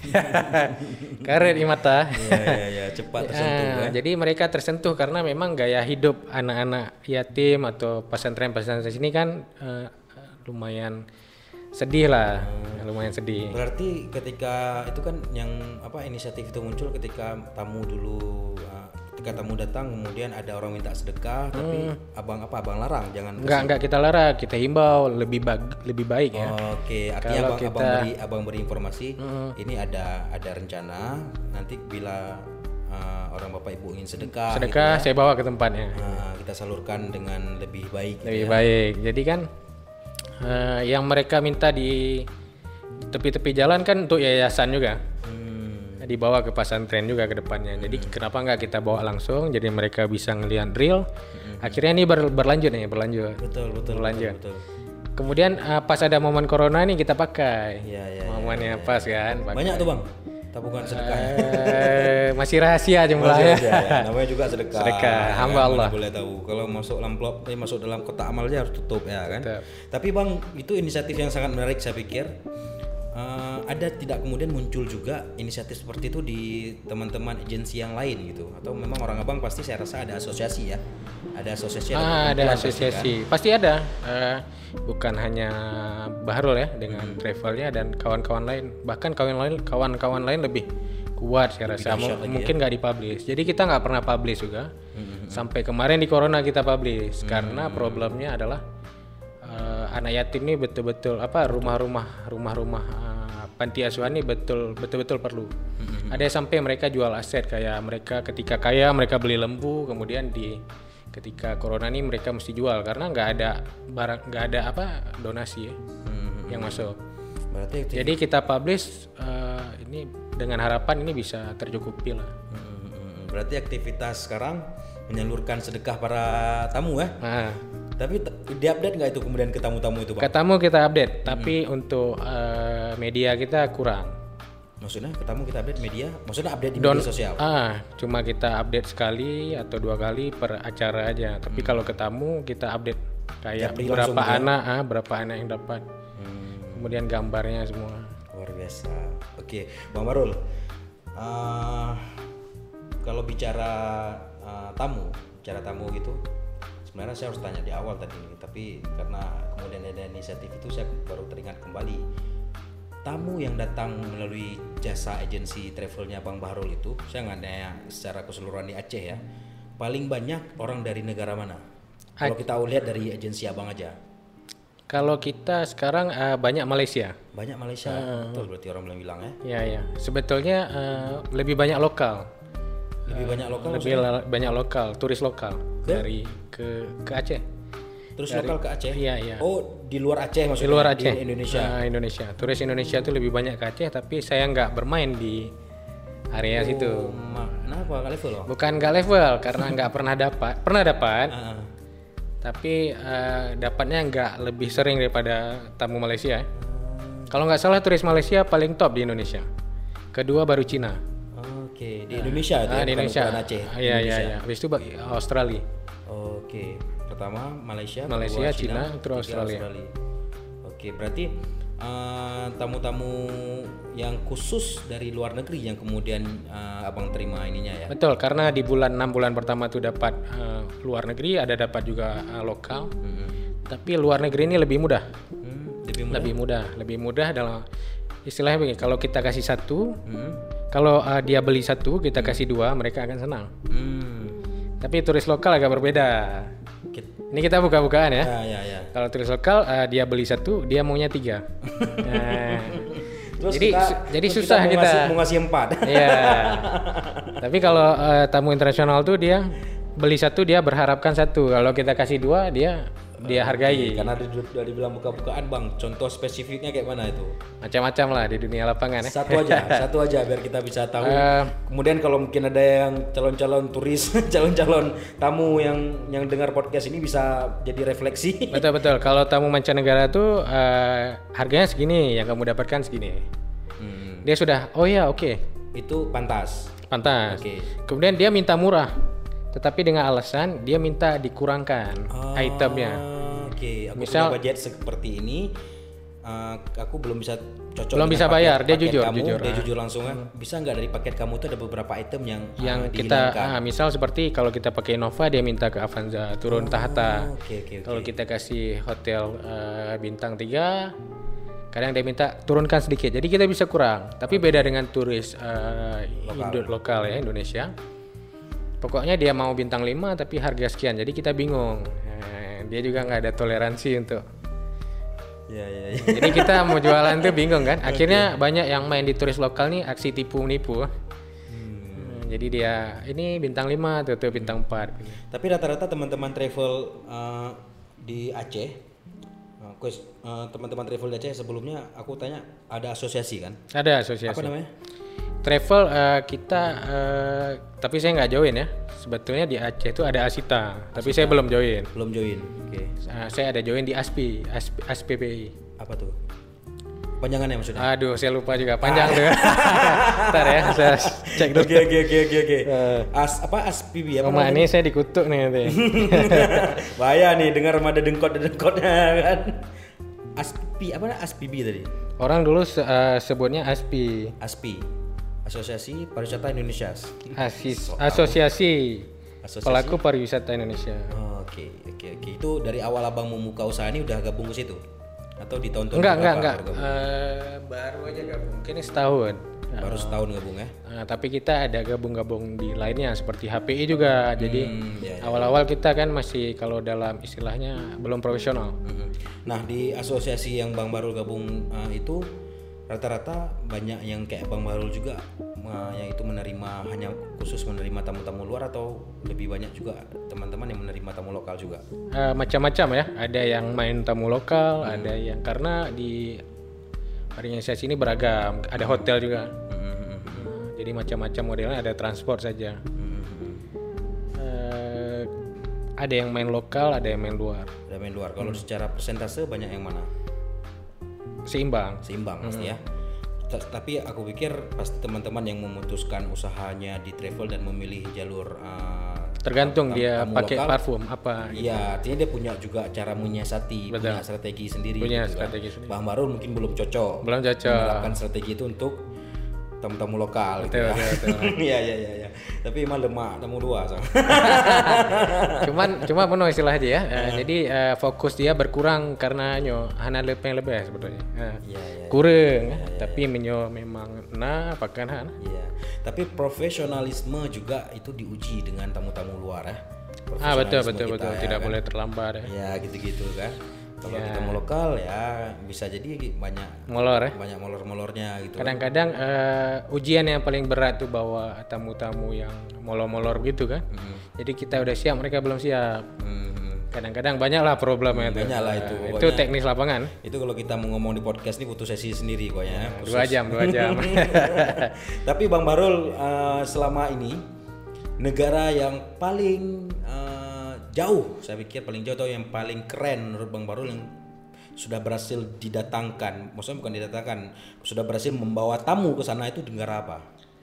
karet di mata. Ya, cepat tersentuh. Jadi mereka tersentuh karena memang gaya hidup anak-anak yatim atau pesantren-pesantren sini kan lumayan sedih lah, lumayan sedih. Berarti ketika itu kan yang inisiatif itu muncul ketika tamu dulu, ketika tamu datang kemudian ada orang minta sedekah, tapi abang larang jangan. Enggak kita larang, kita himbau lebih baik ya. Oke, artinya abang beri informasi ini ada rencana nanti bila orang bapak ibu ingin sedekah gitu ya, saya bawa ke tempatnya. Kita salurkan dengan lebih baik. Baik. Jadi kan yang mereka minta di tepi-tepi jalan kan untuk yayasan juga, dibawa ke pesantren juga ke depannya. Jadi kenapa nggak kita bawa langsung, jadi mereka bisa ngelihat real. Akhirnya ini berlanjut. Betul. Kemudian pas ada momen corona nih kita pakai, momennya pas kan. Banyak tuh Bang tabungan sedekah. Masih rahasia jumlahnya. Namanya juga sedekah. Hamba Allah. Boleh tahu. Kalau masuk amplop, masuk dalam kotak amalnya harus tutup ya kan. Tapi Bang, itu inisiatif yang sangat menarik saya pikir. Ada tidak kemudian muncul juga inisiatif seperti itu di teman-teman agensi yang lain gitu? Atau memang orang abang pasti saya rasa ada asosiasi ya? Ada asosiasi. Ada asosiasi. Pasti ada. Bukan hanya Bahrul ya dengan travelnya dan kawan-kawan lain. Bahkan kawan-kawan lain lebih kuat saya rasa. Mungkin nggak dipublish. Jadi kita nggak pernah publish juga. Sampai kemarin di corona kita publish karena problemnya adalah anak yatim ini betul-betul rumah-rumah panti asuhan ini betul-betul perlu. Ada sampai mereka jual aset, kayak mereka ketika kaya mereka beli lembu, kemudian ketika corona ini mereka mesti jual karena nggak ada donasi ya, yang masuk. Jadi kita publish ini dengan harapan ini bisa tercukupi lah. Berarti aktivitas sekarang menyalurkan sedekah para tamu ya? Tapi diupdate nggak itu kemudian ke tamu-tamu itu Bang? Ke tamu kita update, tapi untuk media kita kurang. Maksudnya ketemu kita update media, maksudnya update di media sosial. Cuma kita update sekali atau 2 kali per acara aja. Tapi kalau ketemu kita update kayak berapa anak yang dapat. Kemudian gambarnya semua. Luar biasa. Oke, Bang Barul. Kalau bicara tamu gitu, sebenarnya saya harus tanya di awal tadi, tapi karena kemudian ada inisiatif itu saya baru teringat kembali. Tamu yang datang melalui jasa agensi travelnya Bang Bahrul itu, saya nggak nanya secara keseluruhan di Aceh ya, paling banyak orang dari negara mana? Kalau kita lihat dari agensi Abang aja. Kalau kita sekarang banyak Malaysia. Banyak Malaysia, betul berarti orang bilang ya? Iya. Sebetulnya lebih banyak lokal. Lebih banyak lokal, turis lokal dari ke Aceh. Terus lokal ke Aceh? Iya. Oh, di luar Aceh maksudnya? Di luar Aceh. Di Indonesia. Indonesia. Turis Indonesia itu lebih banyak ke Aceh, tapi saya nggak bermain di area situ. Kenapa? Nggak level loh? Bukan nggak level, karena nggak pernah dapat. Pernah dapat, tapi dapatnya nggak lebih sering daripada tamu Malaysia. Kalau nggak salah turis Malaysia paling top di Indonesia. Kedua baru Cina. Oke, di Indonesia itu di Indonesia. Aceh. Iya. Habis itu Australia. Oke. Pertama Malaysia, Cina, terus Australia. Oke, berarti tamu-tamu yang khusus dari luar negeri yang kemudian Abang terima ininya ya. Betul, karena di 6 bulan pertama tuh dapat luar negeri, ada dapat juga lokal. Tapi luar negeri ini lebih mudah. Lebih mudah dalam istilahnya begini, kalau kita kasih satu, kalau dia beli satu, kita kasih 2, mereka akan senang. Tapi turis lokal agak berbeda. Ini kita buka-bukaan ya. Ya. Kalau turis lokal dia beli 1, dia maunya 3. Terus jadi susah kita mau ngasih 4. Iya. Tapi kalau tamu internasional tuh dia beli 1, dia berharapkan 1. Kalau kita kasih 2, dia hargai. Karena udah dibilang buka-bukaan Bang, contoh spesifiknya kayak mana itu? Macam-macam lah di dunia lapangan ya. Satu aja biar kita bisa tahu. Kemudian kalau mungkin ada yang calon-calon turis, calon-calon tamu yang dengar podcast ini bisa jadi refleksi. Betul. Kalau tamu mancanegara tuh harganya segini, yang kamu dapatkan segini. Dia sudah, oke. Itu pantas. Okay. Kemudian dia minta murah. Tetapi dengan alasan dia minta dikurangkan itemnya. Oke. Misal budget seperti ini, aku belum bisa cocok. Belum bisa bayar. Dia jujur. Dia jujur langsung Bisa nggak dari paket kamu tuh ada beberapa item yang kita misal seperti kalau kita pakai Innova dia minta ke Avanza turun tahta. Okay. Kalau kita kasih hotel bintang 3, kadang dia minta turunkan sedikit. Jadi kita bisa kurang. Tapi beda dengan turis lokal ya Indonesia. Pokoknya dia mau bintang 5 tapi harga sekian, jadi kita bingung. Dia juga nggak ada toleransi untuk. Ya. Jadi kita mau jualan tuh bingung kan. Akhirnya banyak yang main di turis lokal nih aksi tipu-nipu. Jadi dia ini bintang 5 tuh bintang 4. Tapi rata-rata teman-teman travel di Aceh, teman-teman travel di Aceh sebelumnya aku tanya ada asosiasi kan? Ada asosiasi. Apa namanya? Travel kita tapi saya nggak join ya. Sebetulnya di Aceh itu ada Asita, tapi saya belum join. Oke. Saya ada join di ASPPI. Apa tuh? Panjangannya maksudnya? Aduh, saya lupa juga panjang tuh. Ntar ya, saya cek dulu. Oke. ASPPI apa? Ini saya dikutuk nih nanti. Bahaya nih dengar ada dengkotnya kan. ASPPI tadi? Orang dulu sebutnya ASPI. Asosiasi Pariwisata Indonesia. Asosiasi Pelaku Pariwisata Indonesia. Oke. Itu dari awal Abang membuka usaha ini udah gabung ke situ? Atau di tahun-tahun Enggak. Baru aja gabung. Mungkin setahun. Baru setahun gabung ya? Tapi kita ada gabung-gabung di lainnya seperti HPI juga. Jadi awal-awal kita kan masih kalau dalam istilahnya belum profesional. Nah di asosiasi yang Bang Bahrul gabung itu rata-rata banyak yang kayak Bang Bahrul juga yang itu hanya khusus menerima tamu-tamu luar atau lebih banyak juga teman-teman yang menerima tamu lokal juga? Macam-macam ya, ada yang main tamu lokal, ada yang karena di organisasi ini beragam, ada hotel juga. Jadi macam-macam modelnya, ada transport saja. Ada yang main lokal, ada yang main luar. Kalau secara persentase banyak yang mana? Seimbang pasti ya. Tapi aku pikir pasti teman-teman yang memutuskan usahanya di travel dan memilih jalur tergantung dia tamu pakai lokal, parfum apa gitu. Iya, artinya dia punya juga cara menyiasati, punya strategi sendiri. Punya gitu strategi kan. sendiri. Bang Barul mungkin belum cocok. Belum cocok. Menerapkan strategi itu untuk tamu-tamu lokal. Betul, gitu ya. betul. Iya. Tapi emang lemak tamu dua. Cuma penuh istilah aja ya. Jadi fokus dia berkurang karena hana lebih sebetulnya. Kurang, tapi memang pakan. Iya. Tapi profesionalisme juga itu diuji dengan tamu-tamu luar ya. Betul. Kita, Tidak kan? boleh terlambat ya. Ya gitu-gitu kan. Kalau kita mau lokal ya bisa jadi banyak Molor ya. banyak molor-molornya gitu. Kadang-kadang ujian yang paling berat tuh bawa tamu-tamu yang molor-molor gitu kan. Jadi kita udah siap, mereka belum siap. Kadang-kadang banyak lah problemnya itu. Banyak lah itu. Itu teknis lapangan. Itu kalau kita mau ngomong di podcast ini butuh sesi sendiri pokoknya. 2 jam. Tapi Bang Barul selama ini negara yang paling jauh, saya pikir paling jauh atau yang paling keren menurut Bang Barul yang sudah berhasil didatangkan, maksudnya bukan didatangkan, sudah berhasil membawa tamu ke sana itu negara apa?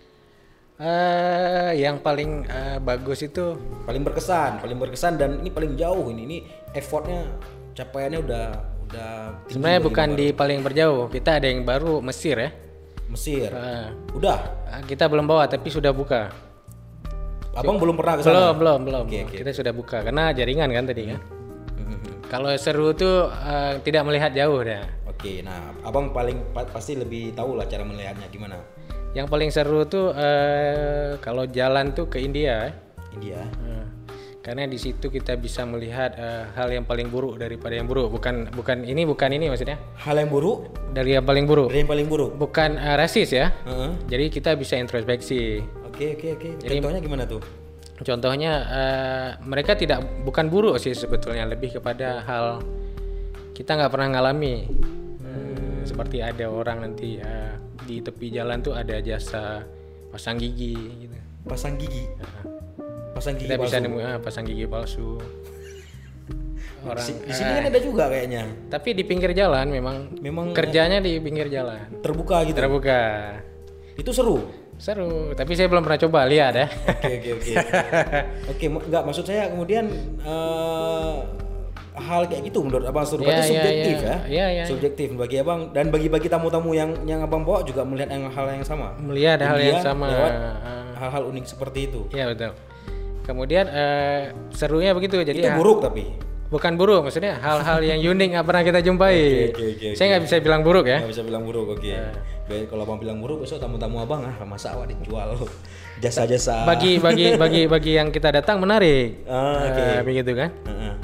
Yang paling bagus itu paling berkesan dan ini paling jauh ini effortnya, capaiannya udah tinggi. Sebenarnya bukan di paling berjauh, kita ada yang baru Mesir ya. Mesir. Udah. Kita belum bawa tapi sudah buka. Abang belum pernah ke sana? Belum. Okay. Kita sudah buka karena jaringan kan tadi kan. Kalau seru tuh tidak melihat jauh dah. Oke, nah abang pasti lebih tahu lah cara melihatnya gimana. Yang paling seru tuh kalau jalan tuh ke India. Karena di situ kita bisa melihat hal yang paling buruk daripada yang buruk. Bukan ini maksudnya. Hal yang buruk? Dari yang paling buruk. Dari yang paling buruk. Bukan rasis ya. Jadi kita bisa introspeksi. Oke. Contohnya gimana tuh? Contohnya mereka bukan buruk sih sebetulnya, lebih kepada hal kita nggak pernah ngalami. Seperti ada orang nanti di tepi jalan tuh ada jasa pasang gigi gitu. Pasang gigi. Pasang gigi kita palsu. Bisa nemu pasang gigi palsu. Orang di sini kan ada juga kayaknya. Tapi di pinggir jalan memang kerjanya di pinggir jalan. Terbuka gitu. Terbuka. Itu seru, tapi saya belum pernah coba, lihat ya. Oke, enggak, maksud saya kemudian hal kayak gitu menurut abang seru, berarti subjektif ya. Subjektif bagi abang dan bagi tamu-tamu yang abang bawa juga melihat hal yang sama. Melihat hal yang sama. Lewat hal-hal unik seperti itu. Iya betul. Kemudian serunya begitu, jadi itu buruk tapi. Bukan buruk, maksudnya hal-hal yang unik nggak pernah kita jumpai. Saya nggak bisa bilang buruk ya. Nggak bisa bilang buruk, oke. Kalau abang bilang buruk, besok tamu-tamu abang masa awak dijual jasa-jasa. Bagi yang kita datang menarik. Begitu kan?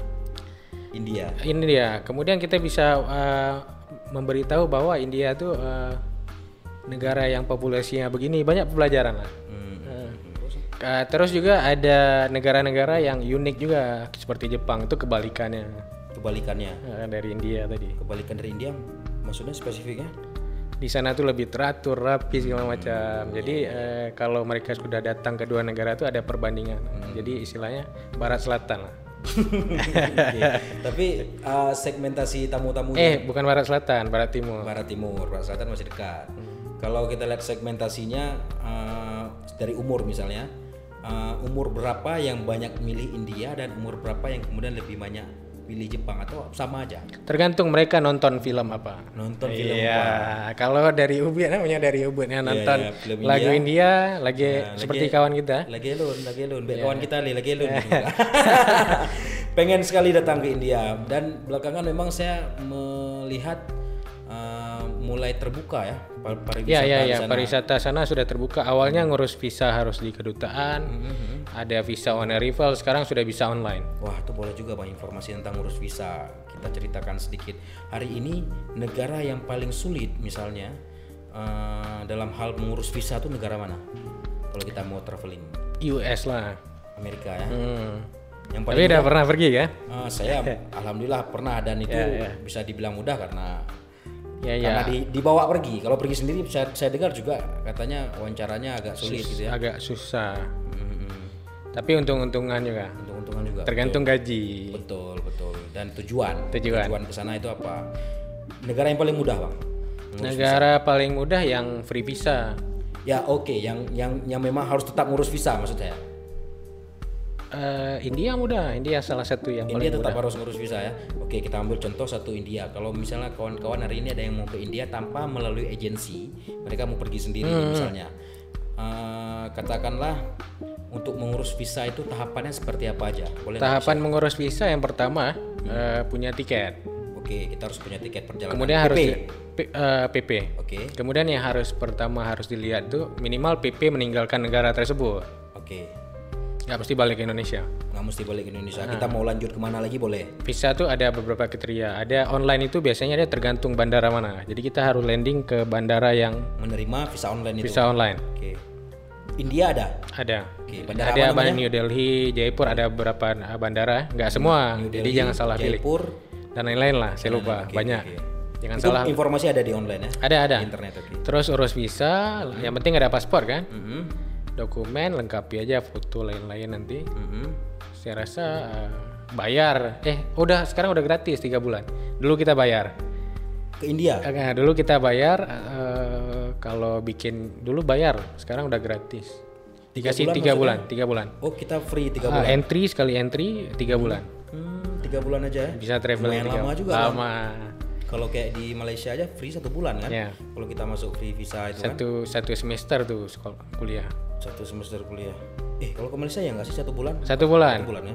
India. Kemudian kita bisa memberitahu bahwa India tuh negara yang populasinya begini, banyak pembelajaran lah. Terus juga ada negara-negara yang unik juga seperti Jepang, itu kebalikannya dari India tadi. Kebalikan dari India maksudnya spesifiknya? Di sana tuh lebih teratur, rapi segala macam. Jadi kalau mereka sudah datang ke dua negara itu ada perbandingan. Jadi istilahnya barat selatan lah. Tapi segmentasi tamu-tamunya bukan barat selatan, barat timur. Barat selatan masih dekat. Kalau kita lihat segmentasinya dari umur misalnya, umur berapa yang banyak milih India dan umur berapa yang kemudian lebih banyak pilih Jepang, atau sama aja? Tergantung mereka nonton film apa. Kalau dari Ubud nonton lagu India, seperti kawan kita. Lagi elun. Kawan kita lagi elun. Pengen sekali datang ke India, dan belakangan memang saya melihat mulai terbuka ya pariwisata. Pariwisata sana sudah terbuka. Awalnya ngurus visa harus di kedutaan, ada visa on arrival, sekarang sudah bisa online. Wah, itu boleh juga Bang informasi tentang ngurus visa. Kita ceritakan sedikit. Hari ini negara yang paling sulit misalnya dalam hal mengurus visa itu negara mana? Kalau kita mau traveling. US lah. Amerika ya. Yang paling. Tapi udah pernah pergi ya? Saya alhamdulillah pernah, dan itu bisa dibilang mudah karena dibawa pergi. Kalau pergi sendiri saya dengar juga katanya wawancaranya agak sulit gitu ya. Agak susah. Tapi untung-untungan juga. Tergantung gaji. Betul. Dan tujuan ke sana itu apa? Negara yang paling mudah, Bang? Negara paling mudah yang free visa. Ya oke, yang memang harus tetap ngurus visa maksud saya. India mudah, India salah satu yang India paling tetap mudah. harus ngurus visa ya. Oke, kita ambil contoh satu India. Kalau misalnya kawan-kawan hari ini ada yang mau ke India tanpa melalui agensi, mereka mau pergi sendiri misalnya. Katakanlah untuk mengurus visa itu tahapannya seperti apa aja? Boleh nggak Tahapan mengurus visa yang pertama punya tiket. Oke, kita harus punya tiket perjalanan. Kemudian harus PP. PP. Oke. Kemudian yang pertama harus dilihat tuh minimal PP meninggalkan negara tersebut. Oke. Nggak mesti balik ke Indonesia. Nggak mesti balik ke Indonesia. Kita mau lanjut kemana lagi boleh? Visa tuh ada beberapa kriteria. Ada online itu biasanya dia tergantung bandara mana. Jadi kita harus landing ke bandara yang Menerima visa online itu. visa online. Oke. India ada? Ada. Oke, bandara Ada apa namanya? bandara New Delhi, Jaipur, ada beberapa bandara. Nggak semua. New Jadi Delhi, jangan salah pilih. Jaipur. Dan lain-lain lah. Saya lupa. Oke, Banyak. oke. Jangan Itu salah. informasi ada di online ya? Ada. Di internet, oke. Terus urus visa. Yang penting ada paspor kan. Mhm. Dokumen lengkapi aja, foto lain-lain nanti. Mhm. Saya rasa bayar. Sekarang udah gratis 3 bulan. Dulu kita bayar. Ke India? Dulu kita bayar kalau bikin dulu bayar. Sekarang udah gratis. Dikasih 3 bulan, 3 bulan. Oh, kita free 3 bulan. Entry sekali entry 3 bulan. 3 bulan aja ya? Bisa travel Lumayan 3 lama juga kan? Lama. Kalau kayak di Malaysia aja free 1 bulan kan? Ya. Kalau kita masuk free visa itu kan? Satu semester tuh sekolah kuliah. 1 semester kuliah. Kalau ke Malaysia ya nggak sih 1 bulan? 1 bulan. 1 bulan kan?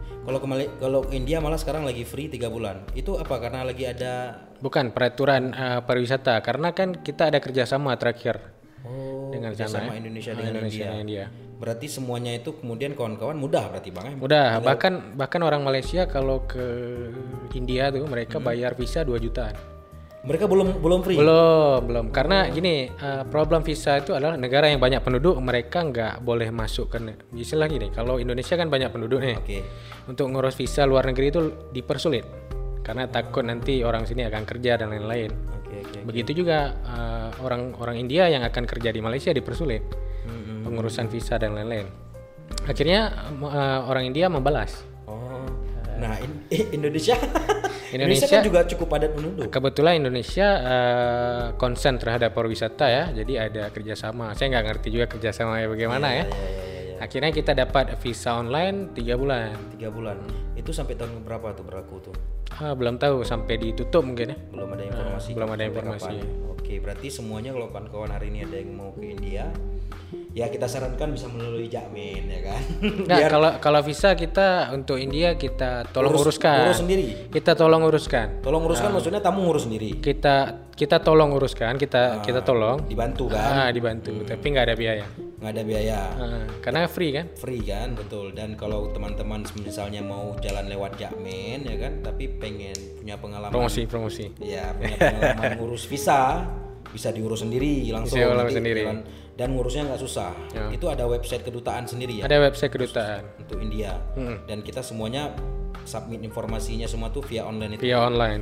Kalau ke India malah sekarang lagi free 3 bulan. Itu apa? Karena lagi ada Bukan peraturan pariwisata karena kan kita ada kerjasama terakhir dengan sana sama ya. Indonesia dengan Indonesia India. dan India. Berarti semuanya itu kemudian kawan-kawan mudah berarti Bang ya? Mudah, bahkan orang Malaysia kalau ke India tuh mereka bayar visa 2 jutaan. Mereka belum free. Belum. Karena gini, problem visa itu adalah negara yang banyak penduduk mereka nggak boleh masuk ke istilah gini. Kalau Indonesia kan banyak penduduk nih. Oke. Untuk ngurus visa luar negeri itu dipersulit karena takut nanti orang sini akan kerja dan lain-lain. Oke. Begitu juga orang India yang akan kerja di Malaysia dipersulit pengurusan visa dan lain-lain. Akhirnya orang India membalas. Oh. Nah, Indonesia Indonesia kan juga cukup padat penduduk. Kebetulan Indonesia concern terhadap pariwisata ya, jadi ada kerjasama. Saya nggak ngerti juga kerjasama bagaimana ya. Akhirnya kita dapat visa online 3 bulan. 3 bulan. Itu sampai tahun berapa tuh berlaku tuh? Belum tahu sampai ditutup mungkin ya. Belum ada informasi. Belum ada sampai informasi. kapan. Oke, berarti semuanya kalau kawan-kawan hari ini ada yang mau ke India, ya kita sarankan bisa melalui Jakmin ya kan. Nah, kalau visa kita untuk India kita tolong uruskan. Urus sendiri. Kita tolong uruskan. Tolong uruskan maksudnya tamu ngurus sendiri. Kita tolong uruskan, kita tolong. Dibantu kan? Dibantu, tapi nggak ada biaya. Nggak ada biaya. Karena free kan? Free kan, betul. Dan kalau teman-teman misalnya mau jalan lewat Jakmin ya kan, tapi pengen punya pengalaman Promosi. ya punya pengalaman ngurus visa, bisa diurus sendiri langsung. Bisa urus nanti sendiri. Dan ngurusnya nggak susah. Itu ada website kedutaan sendiri ya Ada website kedutaan untuk India. Dan kita semuanya submit informasinya semua tuh via online itu. via online.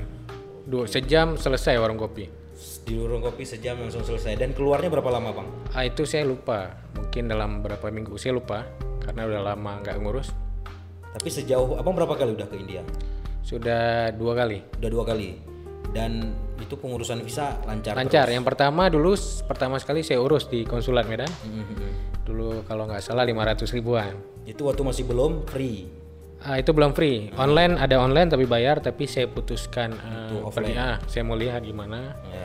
Sejam selesai warung kopi. Di warung kopi sejam langsung selesai. Dan keluarnya berapa lama Bang? Itu saya lupa. Mungkin dalam berapa minggu saya lupa karena udah lama nggak ngurus. Tapi sejauh Abang berapa kali udah ke India? Sudah 2 kali. Udah 2 kali. Dan itu pengurusan visa lancar. Lancar. Yang pertama sekali saya urus di konsulat Medan. Dulu kalau nggak salah 500 ribuan. Itu waktu masih belum free. Itu belum free. Online ada online tapi bayar. Tapi saya putuskan offline. saya mau lihat gimana. Ya.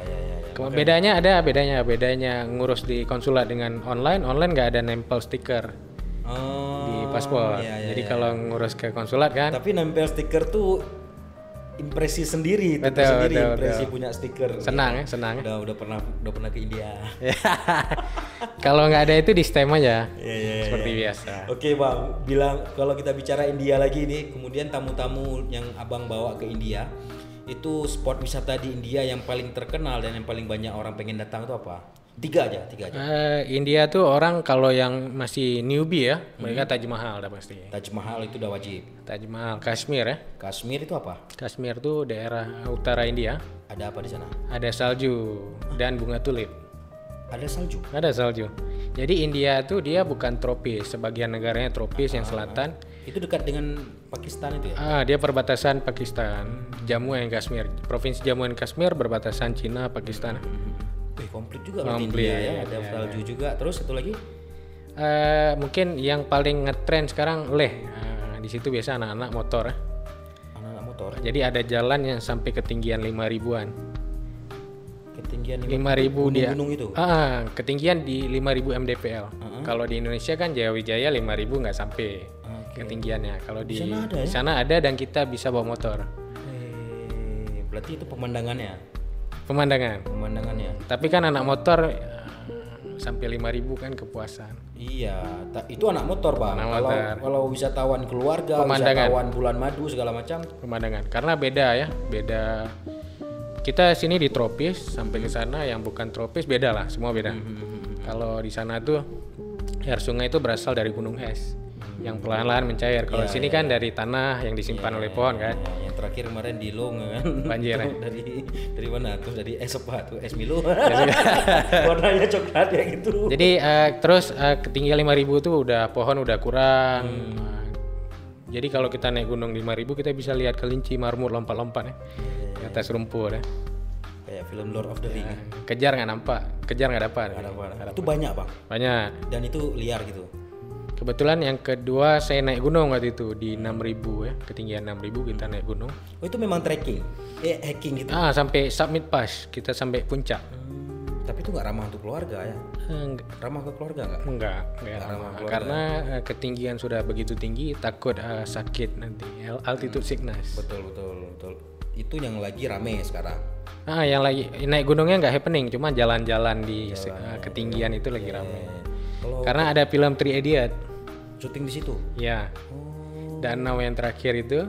Bedanya ngurus di konsulat dengan online nggak ada nempel stiker di paspor. Jadi kalau ngurus ke konsulat kan. Tapi nempel stiker tuh impresi sendiri, Betul. impresi punya stiker. Senang ya. Udah pernah ke India. Kalau nggak ada itu di stem aja. Seperti Iya. biasa. Oke Bang, bilang kalau kita bicara India lagi nih, kemudian tamu-tamu yang Abang bawa ke India, itu spot wisata di India yang paling terkenal dan yang paling banyak orang pengen datang itu apa? 3 aja. India tuh orang kalau yang masih newbie ya, mereka Taj Mahal dah pasti. Taj Mahal itu udah wajib. Taj Mahal, Kashmir ya. Kashmir itu apa? Kashmir tuh daerah utara India. Ada apa di sana? Ada salju dan bunga tulip. Ada salju. Ada salju. Jadi India tuh dia bukan tropis, sebagian negaranya tropis yang selatan. Itu dekat dengan Pakistan itu ya? Dia perbatasan Pakistan, Jammu and Kashmir. Provinsi Jammu and Kashmir berbatasan Cina, Pakistan. Komplit juga berarti India ya. Ada salju juga. Terus satu lagi? Mungkin yang paling ngetren sekarang Leh. Di situ biasa anak-anak motor. Anak-anak motor. Jadi ada jalan yang sampai ketinggian 5.000-an. Ketinggian 5.000 dia. Gunung itu. Ketinggian di 5.000 mdpl. Kalau di Indonesia kan Jayawijaya 5.000 nggak sampai ketinggiannya. Kalau di sana ada dan kita bisa bawa motor. Berarti itu pemandangannya. Pemandangannya. Tapi kan anak motor sampai 5.000 kan kepuasan. Iya, itu anak motor Bang. Kalau wisatawan keluarga, pemandangan. Wisatawan bulan madu segala macam. Pemandangan. Karena beda ya, beda. Kita sini di tropis sampai ke sana yang bukan tropis beda lah, semua beda. Kalau di sana tuh air sungai itu berasal dari gunung es yang perlahan-lahan mencair. Kalau sini kan dari tanah yang disimpan oleh pohon kan. Yang terakhir kemarin di Long kan. Banjir. dari mana tuh? Dari es apa tuh? Es Milo. Warnanya coklat ya gitu. Jadi terus ketinggian 5.000 tuh pohon udah kurang. Jadi kalau kita naik gunung 5.000 kita bisa lihat kelinci marmut lompat-lompat ya. Di atas rumput ya. Kayak film Lord of the Ring. Kejar nggak nampak, kejar nggak dapat. Itu banyak Bang. Banyak. Dan itu liar gitu. Kebetulan yang kedua saya naik gunung waktu itu di 6.000 ya, ketinggian 6.000 kita naik gunung. Oh itu memang trekking, hiking gitu? Sampai summit pass, kita sampai puncak. Tapi itu nggak ramah untuk keluarga ya? Ramah ke keluarga nggak? Enggak ramah. Karena ketinggian sudah begitu tinggi, takut sakit nanti, altitude sickness. Betul. Itu yang lagi rame sekarang. Yang lagi naik gunungnya nggak happening, cuma jalan-jalan di ketinggian itu lagi rame. Karena ada film Three Idiot. Syuting di situ. Ya. Danau yang terakhir itu.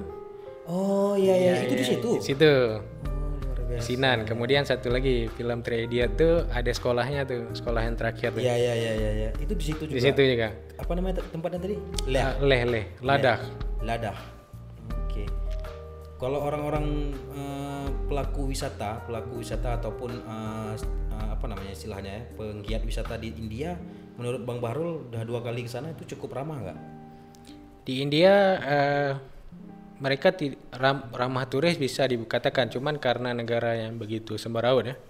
Oh iya, itu di situ. Di situ. Luar biasa. Sinan. Kemudian satu lagi film Three Idiot tuh ada sekolahnya tuh, sekolah yang terakhir tuh. Iya. Itu di situ juga. Di situ juga. Apa namanya tempatnya tadi? Leh. Ladah. Oke. Kalau orang-orang pelaku wisata ataupun apa namanya istilahnya ya, penggiat wisata di India, menurut Bang Bahrul udah 2 kali ke sana itu cukup ramah nggak? Di India mereka ramah turis bisa dikatakan, cuman karena negara yang begitu sembaraut ya,